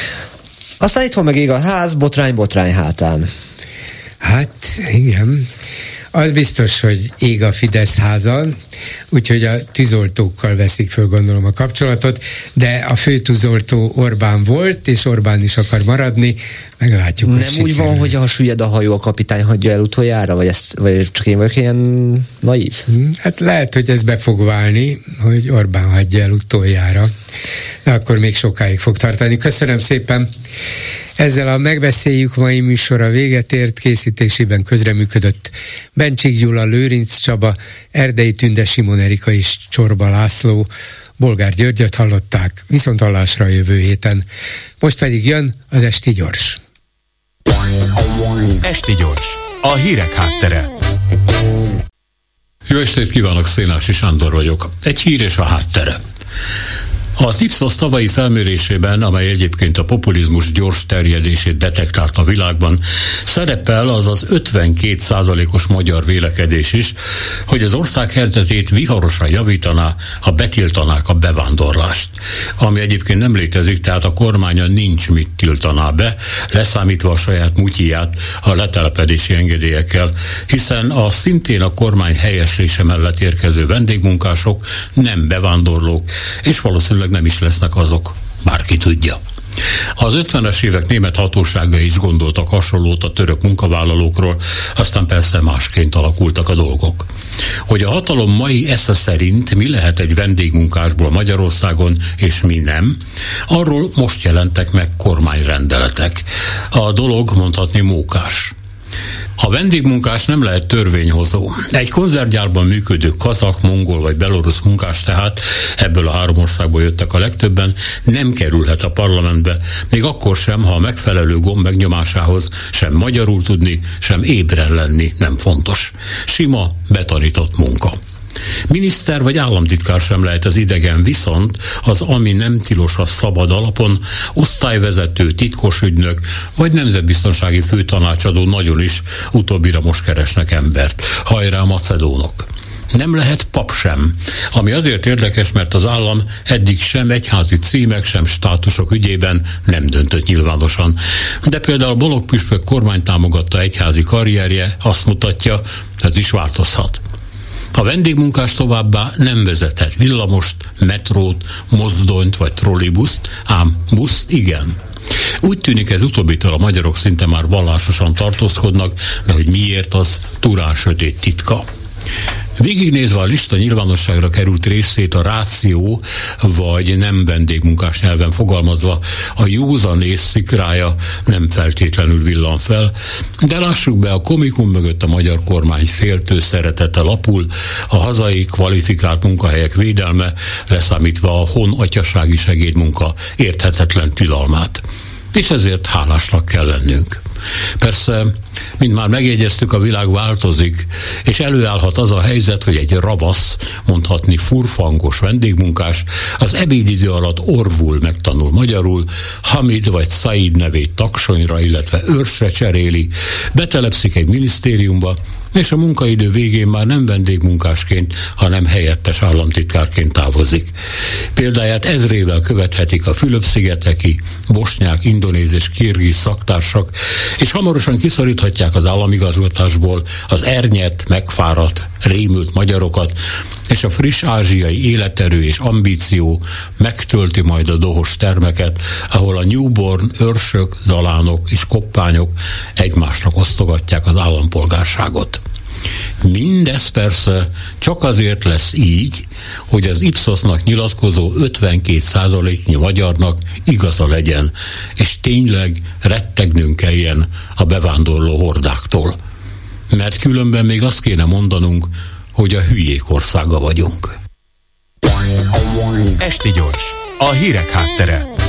Aztán itthon meg ég a ház, botrány, botrány hátán. Hát igen, az biztos, hogy ég a Fidesz házan, úgyhogy a tűzoltókkal veszik föl, gondolom, a kapcsolatot, de a fő tűzoltó Orbán volt, és Orbán is akar maradni, meglátjuk, nem úgy sikerül. Van, hogy ha süllyed a hajó, a kapitány hagyja el utoljára, vagy, ezt, vagy csak én vagyok ilyen naív? Hát lehet, hogy ez be fog válni, hogy Orbán hagyja el utoljára, de akkor még sokáig fog tartani. Köszönöm szépen! Ezzel a Megbeszéljük mai műsora véget ért, készítésében közreműködött Bencsik Gyula, Lőrinc Csaba, Erdei Tünde, Simon Erika és Csorba László. Bolgár Györgyöt hallották, viszonthallásra a jövő héten. Most pedig jön az Esti Gyors. Esti Gyors, a hírek háttere. Jó estét kívánok, Szénási Sándor vagyok. Egy hír és a háttere. Az Ipsos tavalyi felmérésében, amely egyébként a populizmus gyors terjedését detektált a világban, szerepel az az ötvenkét százalékos magyar vélekedés is, hogy az ország helyzetét viharosan javítaná, ha betiltanák a bevándorlást. Ami egyébként nem létezik, tehát a kormánya nincs mit tiltaná be, leszámítva a saját mutyiját a letelepedési engedélyekkel, hiszen a szintén a kormány helyeslése mellett érkező vendégmunkások nem bevándorlók, és valószínűleg nem is lesznek azok, bárki tudja. Az ötvenes évek német hatóságai is gondoltak hasonlót a török munkavállalókról, aztán persze másként alakultak a dolgok. Hogy a hatalom mai esze szerint mi lehet egy vendégmunkásból Magyarországon, és mi nem, arról most jelentek meg kormányrendeletek. A dolog mondhatni mókás. Ha vendégmunkás nem lehet törvényhozó. Egy konzervgyárban működő kazak, mongol vagy belorusz munkás tehát, ebből a három országból jöttek a legtöbben, nem kerülhet a parlamentbe, még akkor sem, ha a megfelelő gomb megnyomásához sem magyarul tudni, sem ébren lenni nem fontos. Sima, betanított munka. Miniszter vagy államtitkár sem lehet az idegen, viszont az, ami nem tilos, a szabad alapon, osztályvezető, titkosügynök vagy nemzetbiztonsági főtanácsadó nagyon is, utóbbira most keresnek embert. Hajrá, macedónok! Nem lehet pap sem, ami azért érdekes, mert az állam eddig sem egyházi címek, sem státusok ügyében nem döntött nyilvánosan. De például Balogh püspök kormánytámogatta egyházi karrierje azt mutatja, ez is változhat. A vendégmunkás továbbá nem vezethet villamost, metrót, mozdonyt vagy trollibuszt, ám buszt igen. Úgy tűnik, ez utóbbitől a magyarok szinte már vallásosan tartózkodnak, de hogy miért, az turán sötét titka. Végignézve a lista nyilvánosságra került részét, a ráció, vagy nem vendégmunkás nyelven fogalmazva, a józanész szikrája nem feltétlenül villan fel, de lássuk be, a komikum mögött a magyar kormány féltő szeretete lapul, a hazai kvalifikált munkahelyek védelme, leszámítva a honatyasági segédmunka érthetetlen tilalmát. És ezért hálásnak kell lennünk. Persze, mint már megjegyeztük, a világ változik, és előállhat az a helyzet, hogy egy ravasz, mondhatni furfangos vendégmunkás az ebédidő alatt orvul megtanul magyarul, Hamid vagy Said nevét taksonyra, illetve őrsre cseréli, betelepszik egy minisztériumba, és a munkaidő végén már nem vendégmunkásként, hanem helyettes államtitkárként távozik. Példáját ezrével követhetik a Fülöp-szigeteki, bosnyák, indonéz és kirgiz szaktársak, és hamarosan kiszoríthatják az államigazgatásból az ernyet, megfáradt, rémült magyarokat, és a friss ázsiai életerő és ambíció megtölti majd a dohos termeket, ahol a newborn őrsök, zalánok és koppányok egymásnak osztogatják az állampolgárságot. Mindez persze csak azért lesz így, hogy az Ipsosnak nyilatkozó ötvenkét százaléknyi magyarnak igaza legyen, és tényleg rettegnünk kelljen a bevándorló hordáktól. Mert különben még azt kéne mondanunk, hogy a hülyék országa vagyunk. Esti gyors, a hírek háttere.